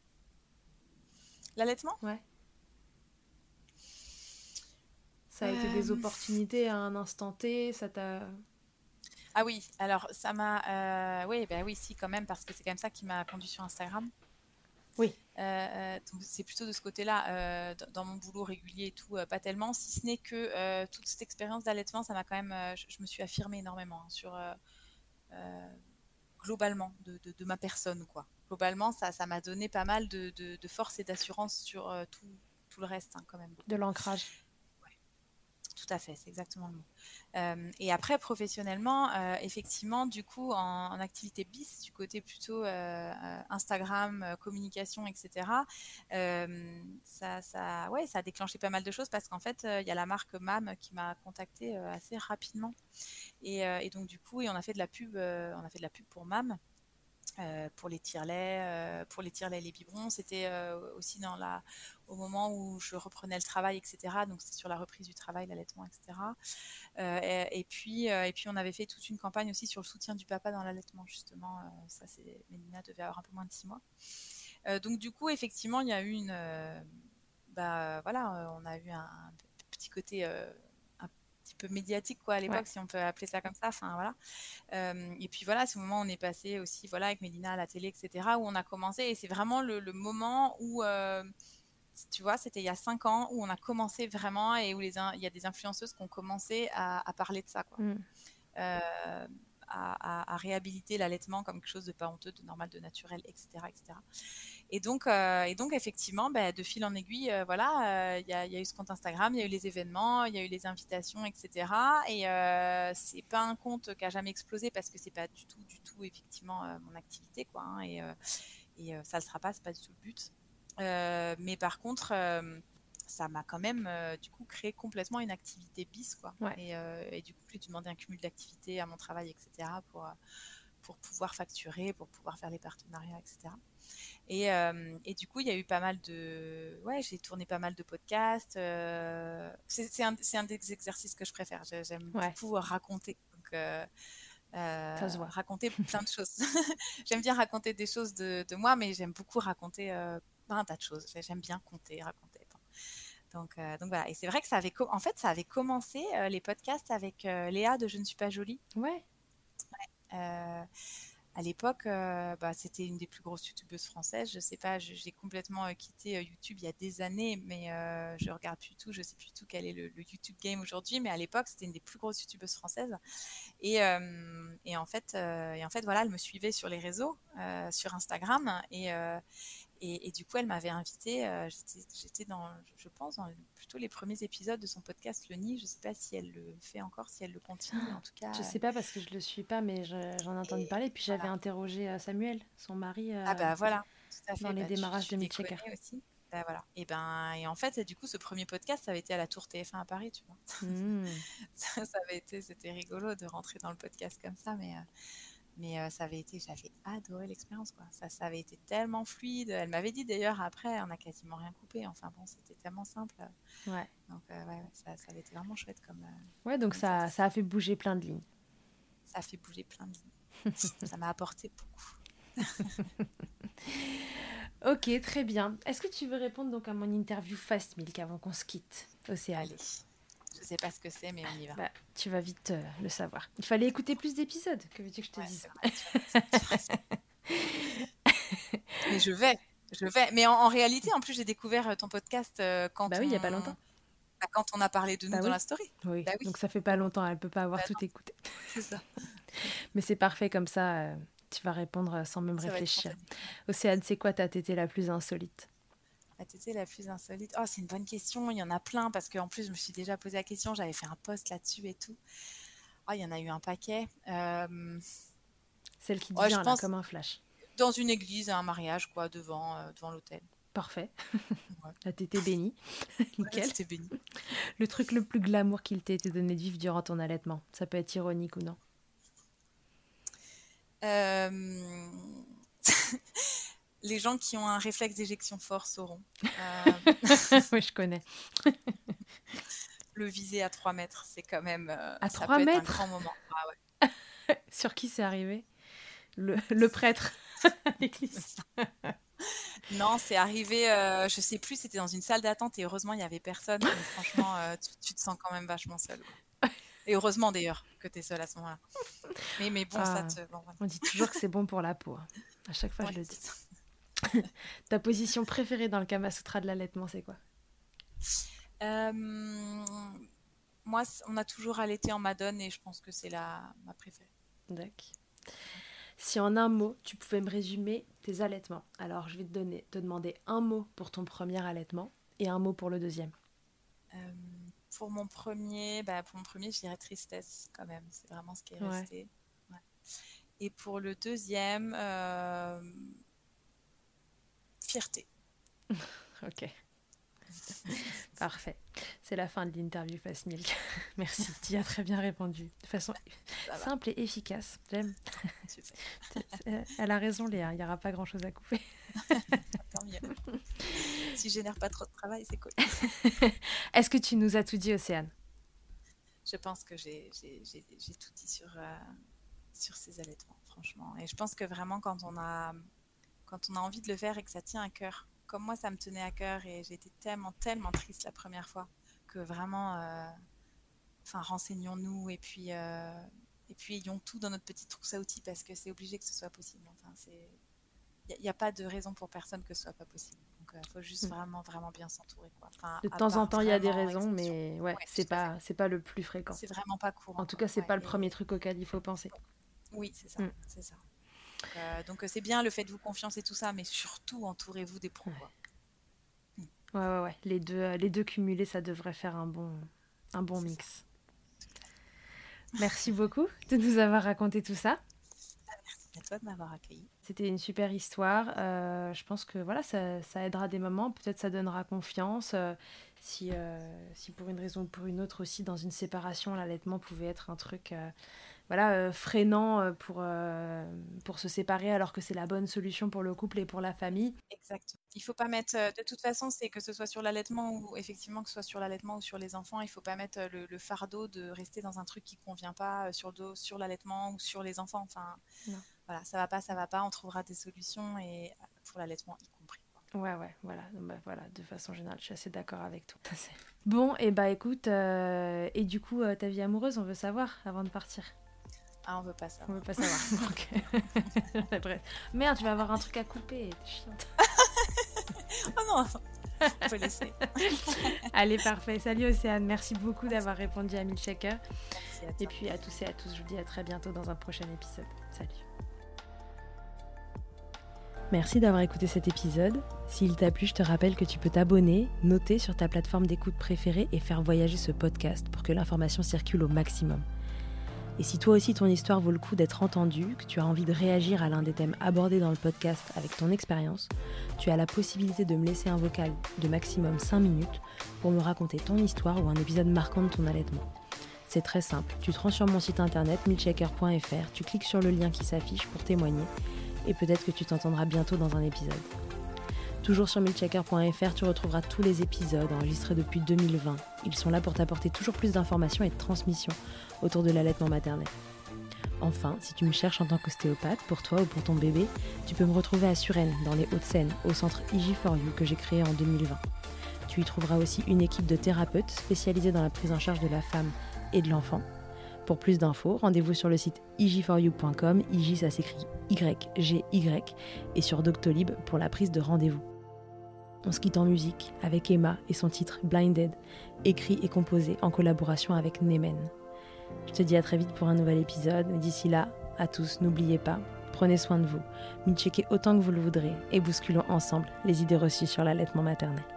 L'allaitement. Ouais. Ça a été des Euh, opportunités à un instant T, ça t'a. Ah oui, alors ça m'a, euh, oui, bah oui, si quand même, parce que c'est quand même ça qui m'a conduit sur Instagram. Oui. Euh, euh, donc c'est plutôt de ce côté-là, euh, d- dans mon boulot régulier et tout, euh, pas tellement, si ce n'est que euh, toute cette expérience d'allaitement, ça m'a quand même, euh, je, je me suis affirmée énormément hein, sur euh, euh, globalement de, de- de ma personne, quoi. Globalement, ça, ça m'a donné pas mal de, de- de force et d'assurance sur euh, tout, tout le reste, hein, quand même De beaucoup. l'ancrage. tout à fait, c'est exactement le mot. Euh, et après, professionnellement, euh, effectivement, du coup, en, en activité bis, du côté plutôt euh, euh, Instagram, euh, communication, et cetera, euh, ça, ça, ouais, ça a déclenché pas mal de choses parce qu'en fait, il euh, y a la marque Mam qui m'a contactée euh, assez rapidement. Et, euh, et donc, du coup, et on a fait de la pub, euh, on a fait de la pub pour Mam. Euh, pour les tire-laits, euh, pour les tire-laits et les biberons, c'était euh, aussi dans la, au moment où je reprenais le travail, et cetera. Donc c'était sur la reprise du travail, l'allaitement, et cetera. Euh, et, et puis euh, et puis on avait fait toute une campagne aussi sur le soutien du papa dans l'allaitement justement. Euh, ça c'est Mélina devait avoir un peu moins de six mois. Euh, donc du coup effectivement il y a eu une, euh, bah voilà, on a eu un, un petit côté euh, un petit peu médiatique quoi à l'époque, Ouais. si on peut appeler ça comme ça. Enfin voilà. Euh, et puis voilà, c'est le moment où on est passé aussi voilà, avec Mélina à la télé, et cetera, où on a commencé. Et c'est vraiment le, le moment où, euh, tu vois, c'était il y a cinq ans, où on a commencé vraiment et où les in- il y a des influenceuses qui ont commencé à, à parler de ça, quoi. Mm. Euh, à, à, à réhabiliter l'allaitement comme quelque chose de pas honteux, de normal, de naturel, et cetera, et cetera. Et donc, euh, et donc effectivement, bah, de fil en aiguille, euh, voilà, il euh, y, a, y a eu ce compte Instagram, il y a eu les événements, il y a eu les invitations, et cetera. Et euh, c'est pas un compte qui a jamais explosé parce que c'est pas du tout, du tout effectivement euh, mon activité, quoi. Hein, et euh, et euh, ça le sera pas, c'est pas du tout le but. Euh, mais par contre, euh, ça m'a quand même euh, du coup créé complètement une activité bis, quoi. Ouais. Et, euh, et du coup, j'ai demandé un cumul d'activités à mon travail, et cetera. pour euh, pour pouvoir facturer, pour pouvoir faire les partenariats, et cetera. Et, euh, et du coup, il y a eu pas mal de... Ouais, j'ai tourné pas mal de podcasts. Euh... C'est, c'est, un, c'est un des exercices que je préfère. J'aime Ouais. beaucoup raconter. Donc, euh, Ça se euh, voit. raconter plein de choses. J'aime bien raconter des choses de, de moi, mais j'aime beaucoup raconter euh, un tas de choses. J'aime bien compter, raconter. Donc, euh, donc voilà. Et c'est vrai que ça avait... Co- en fait, ça avait commencé, euh, les podcasts, avec euh, Léa de Je ne suis pas jolie. Ouais. Euh, à l'époque, euh, bah, c'était une des plus grosses youtubeuses françaises. Je sais pas, je- j'ai complètement euh, quitté euh, YouTube il y a des années, mais euh, je regarde plus tout. Je sais plus tout quel est le, le YouTube game aujourd'hui, mais à l'époque, c'était une des plus grosses youtubeuses françaises. Et, euh, et en fait, euh, et en fait, voilà, elle me suivait sur les réseaux, euh, sur Instagram, et, euh, et, et du coup, elle m'avait invitée. Euh, j'étais, j'étais dans, je pense, dans plutôt les premiers épisodes de son podcast Le Nid. Je sais pas si elle le fait encore, si elle le continue, mais en tout cas. Je euh, sais pas parce que je le suis pas, mais je- j'en ai entendu et parler. Puis j'avais voilà. interrogé euh, Samuel, son mari, Ah euh, bah voilà, tout à dans fait. les Bah, tu, démarrages de tu les Milchecker. connais aussi. Bah voilà. Et ben et en fait, du coup, ce premier podcast, ça avait été à la Tour T F un à Paris, tu vois. Mm. Ça, ça avait été, c'était rigolo de rentrer dans le podcast comme ça, mais euh, mais euh, ça avait été, j'avais adoré l'expérience, quoi. Ça, ça avait été tellement fluide. Elle m'avait dit d'ailleurs après, on a quasiment rien coupé. Enfin bon, c'était tellement simple. Ouais. Donc euh, ouais, ouais, ça, ça avait été vraiment chouette comme, euh, Ouais, donc comme ça, exercice. ça a fait bouger plein de lignes. Ça a fait bouger plein de lignes. Ça m'a apporté beaucoup. Ok, très bien. Est-ce que tu veux répondre donc à mon interview Fast Milk avant qu'on se quitte, Océane? Allez, je sais pas ce que c'est, mais on y va. Bah, tu vas vite euh, le savoir. Il fallait écouter plus d'épisodes, que veux-tu que je te Ouais, dise? c'est vrai, tu as raison, tu as raison. Mais je vais, je vais. Mais en, en réalité, en plus, j'ai découvert euh, ton podcast euh, Bah quand oui, il y a pas longtemps. on, bah, quand on a parlé de nous Bah dans oui. la story. Oui, Bah oui. donc ça fait pas Donc, longtemps, elle peut pas avoir bah tout non, écouté. c'est ça. Mais c'est parfait comme ça, euh, tu vas répondre euh, sans même Ça va être réfléchir. spontané. Océane, c'est quoi ta tétée la plus insolite? La tétée la plus insolite. Oh, c'est une bonne question. Il y en a plein parce qu'en plus, je me suis déjà posé la question. J'avais fait un post là-dessus et tout. Oh, il y en a eu un paquet. Euh, Celle qui te ouais, je vient là, pense comme un flash. dans une église, à un mariage, quoi, devant, euh, devant l'autel. Parfait. Ouais. La tétée bénie. Ouais, Nickel. t'étais bénie. Le truc le plus glamour qu'il t'ait été donné de vivre durant ton allaitement. Ça peut être ironique ou non. Euh, Les gens qui ont un réflexe d'éjection fort sauront. Euh, Oui, je connais. le viser à trois mètres, c'est quand même, euh, À ça trois peut être un mètres? grand moment. Ah ouais. Sur qui c'est arrivé? Le, le prêtre à l'église. Non, c'est arrivé, euh, je sais plus, c'était dans une salle d'attente et heureusement il y avait personne, mais franchement, euh, tu, tu te sens quand même vachement seule, quoi. Et heureusement d'ailleurs que tu es seule à ce moment-là. Mais, mais bon, ça Ah, te. Bon, voilà. on dit toujours que c'est bon pour la peau. Hein. À chaque fois, Ouais, je le c'est dis. ça. Ta position préférée dans le Kama Sutra de l'allaitement, c'est quoi? Euh, moi, c- on a toujours allaité en madone et je pense que c'est la ma préférée. D'accord. Si en un mot, tu pouvais me résumer tes allaitements. Alors, je vais te, donner, te demander un mot pour ton premier allaitement et un mot pour le deuxième. Euh, pour mon premier, bah, pour mon premier, je dirais tristesse quand même. C'est vraiment ce qui est Ouais. resté. Ouais. Et pour le deuxième, euh, fierté. Ok. Parfait. C'est la fin de l'interview Fast Milk. Merci, tu as très bien répondu. De façon simple et efficace. J'aime. Super. Elle a raison, Léa. Il n'y aura pas grand-chose à couper. Tant mieux. Si je génère pas trop de travail, c'est cool. Est-ce que tu nous as tout dit, Océane ? Je pense que j'ai, j'ai, j'ai, j'ai tout dit sur, euh, sur ces allaitements, franchement. Et je pense que vraiment, quand on a, quand on a envie de le faire et que ça tient à cœur, comme moi, ça me tenait à cœur et j'ai été tellement, tellement triste la première fois que vraiment, euh, enfin, renseignons-nous et puis, euh, et puis ayons tout dans notre petite trousse à outils parce que c'est obligé que ce soit possible. Enfin, c'est, il n'y a, a pas de raison pour personne que ce soit pas possible. Donc, il euh, faut juste vraiment, vraiment bien s'entourer, quoi. Enfin, de temps en temps, il y a des raisons, exception. mais ouais, ouais c'est pas, c'est pas le plus fréquent. C'est vraiment pas courant. En tout cas, c'est ouais, pas le et... premier truc auquel il faut penser. Oui, c'est ça, mm. c'est ça. Donc, euh, donc c'est bien le faites-vous confiance et tout ça, mais surtout entourez-vous des pros. Ouais. Quoi. Mm. ouais, ouais, ouais. Les deux, les deux cumulés, ça devrait faire un bon, un bon c'est mix. Ça. Merci beaucoup de nous avoir raconté tout ça. Merci à toi de m'avoir accueilli. C'était une super histoire. Euh, je pense que voilà, ça, ça aidera des mamans. Peut-être ça donnera confiance. Euh, si, euh, si pour une raison ou pour une autre aussi, dans une séparation, l'allaitement pouvait être un truc euh, voilà, euh, freinant pour, euh, pour se séparer, alors que c'est la bonne solution pour le couple et pour la famille. Exact. Il ne faut pas mettre, de toute façon, c'est que ce soit sur l'allaitement ou effectivement que ce soit sur l'allaitement ou sur les enfants, il ne faut pas mettre le, le fardeau de rester dans un truc qui ne convient pas sur le dos, sur l'allaitement ou sur les enfants. Enfin, non. Voilà, ça va pas, ça va pas, on trouvera des solutions et pour l'allaitement y compris. Ouais, ouais, voilà, bah, voilà, de façon générale, je suis assez d'accord avec toi. Bon, et bah écoute, euh, et du coup, euh, ta vie amoureuse, on veut savoir avant de partir. Ah, on veut pas savoir. On veut pas savoir. Donc... Bref. Merde, tu vas avoir un truc à couper, t'es chiante. Oh non, faut laisser. Allez, parfait. Salut Océane, merci beaucoup d'avoir répondu à Milkshaker. Et puis à tous et à tous, je vous dis à très bientôt dans un prochain épisode. Salut. Merci d'avoir écouté cet épisode. S'il t'a plu, je te rappelle que tu peux t'abonner, noter sur ta plateforme d'écoute préférée et faire voyager ce podcast pour que l'information circule au maximum. Et si toi aussi ton histoire vaut le coup d'être entendue, que tu as envie de réagir à l'un des thèmes abordés dans le podcast avec ton expérience, tu as la possibilité de me laisser un vocal de maximum cinq minutes pour me raconter ton histoire ou un épisode marquant de ton allaitement. C'est très simple, tu te rends sur mon site internet milkshaker point f r, tu cliques sur le lien qui s'affiche pour témoigner et peut-être que tu t'entendras bientôt dans un épisode. Toujours sur milkshaker point f r, tu retrouveras tous les épisodes enregistrés depuis deux mille vingt. Ils sont là pour t'apporter toujours plus d'informations et de transmissions autour de l'allaitement maternel. Enfin, si tu me cherches en tant qu'ostéopathe, pour toi ou pour ton bébé, tu peux me retrouver à Suresnes, dans les Hauts-de-Seine, au centre I J four You que j'ai créé en deux mille vingt. Tu y trouveras aussi une équipe de thérapeutes spécialisés dans la prise en charge de la femme et de l'enfant. Pour plus d'infos, rendez-vous sur le site i j four you point com, I J ça s'écrit Y G Y, et sur Doctolib pour la prise de rendez-vous. On se quitte en musique avec Emma et son titre Blinded, écrit et composé en collaboration avec Nemen. Je te dis à très vite pour un nouvel épisode, mais d'ici là, à tous, n'oubliez pas, prenez soin de vous, milkshaker autant que vous le voudrez et bousculons ensemble les idées reçues sur l'allaitement maternel.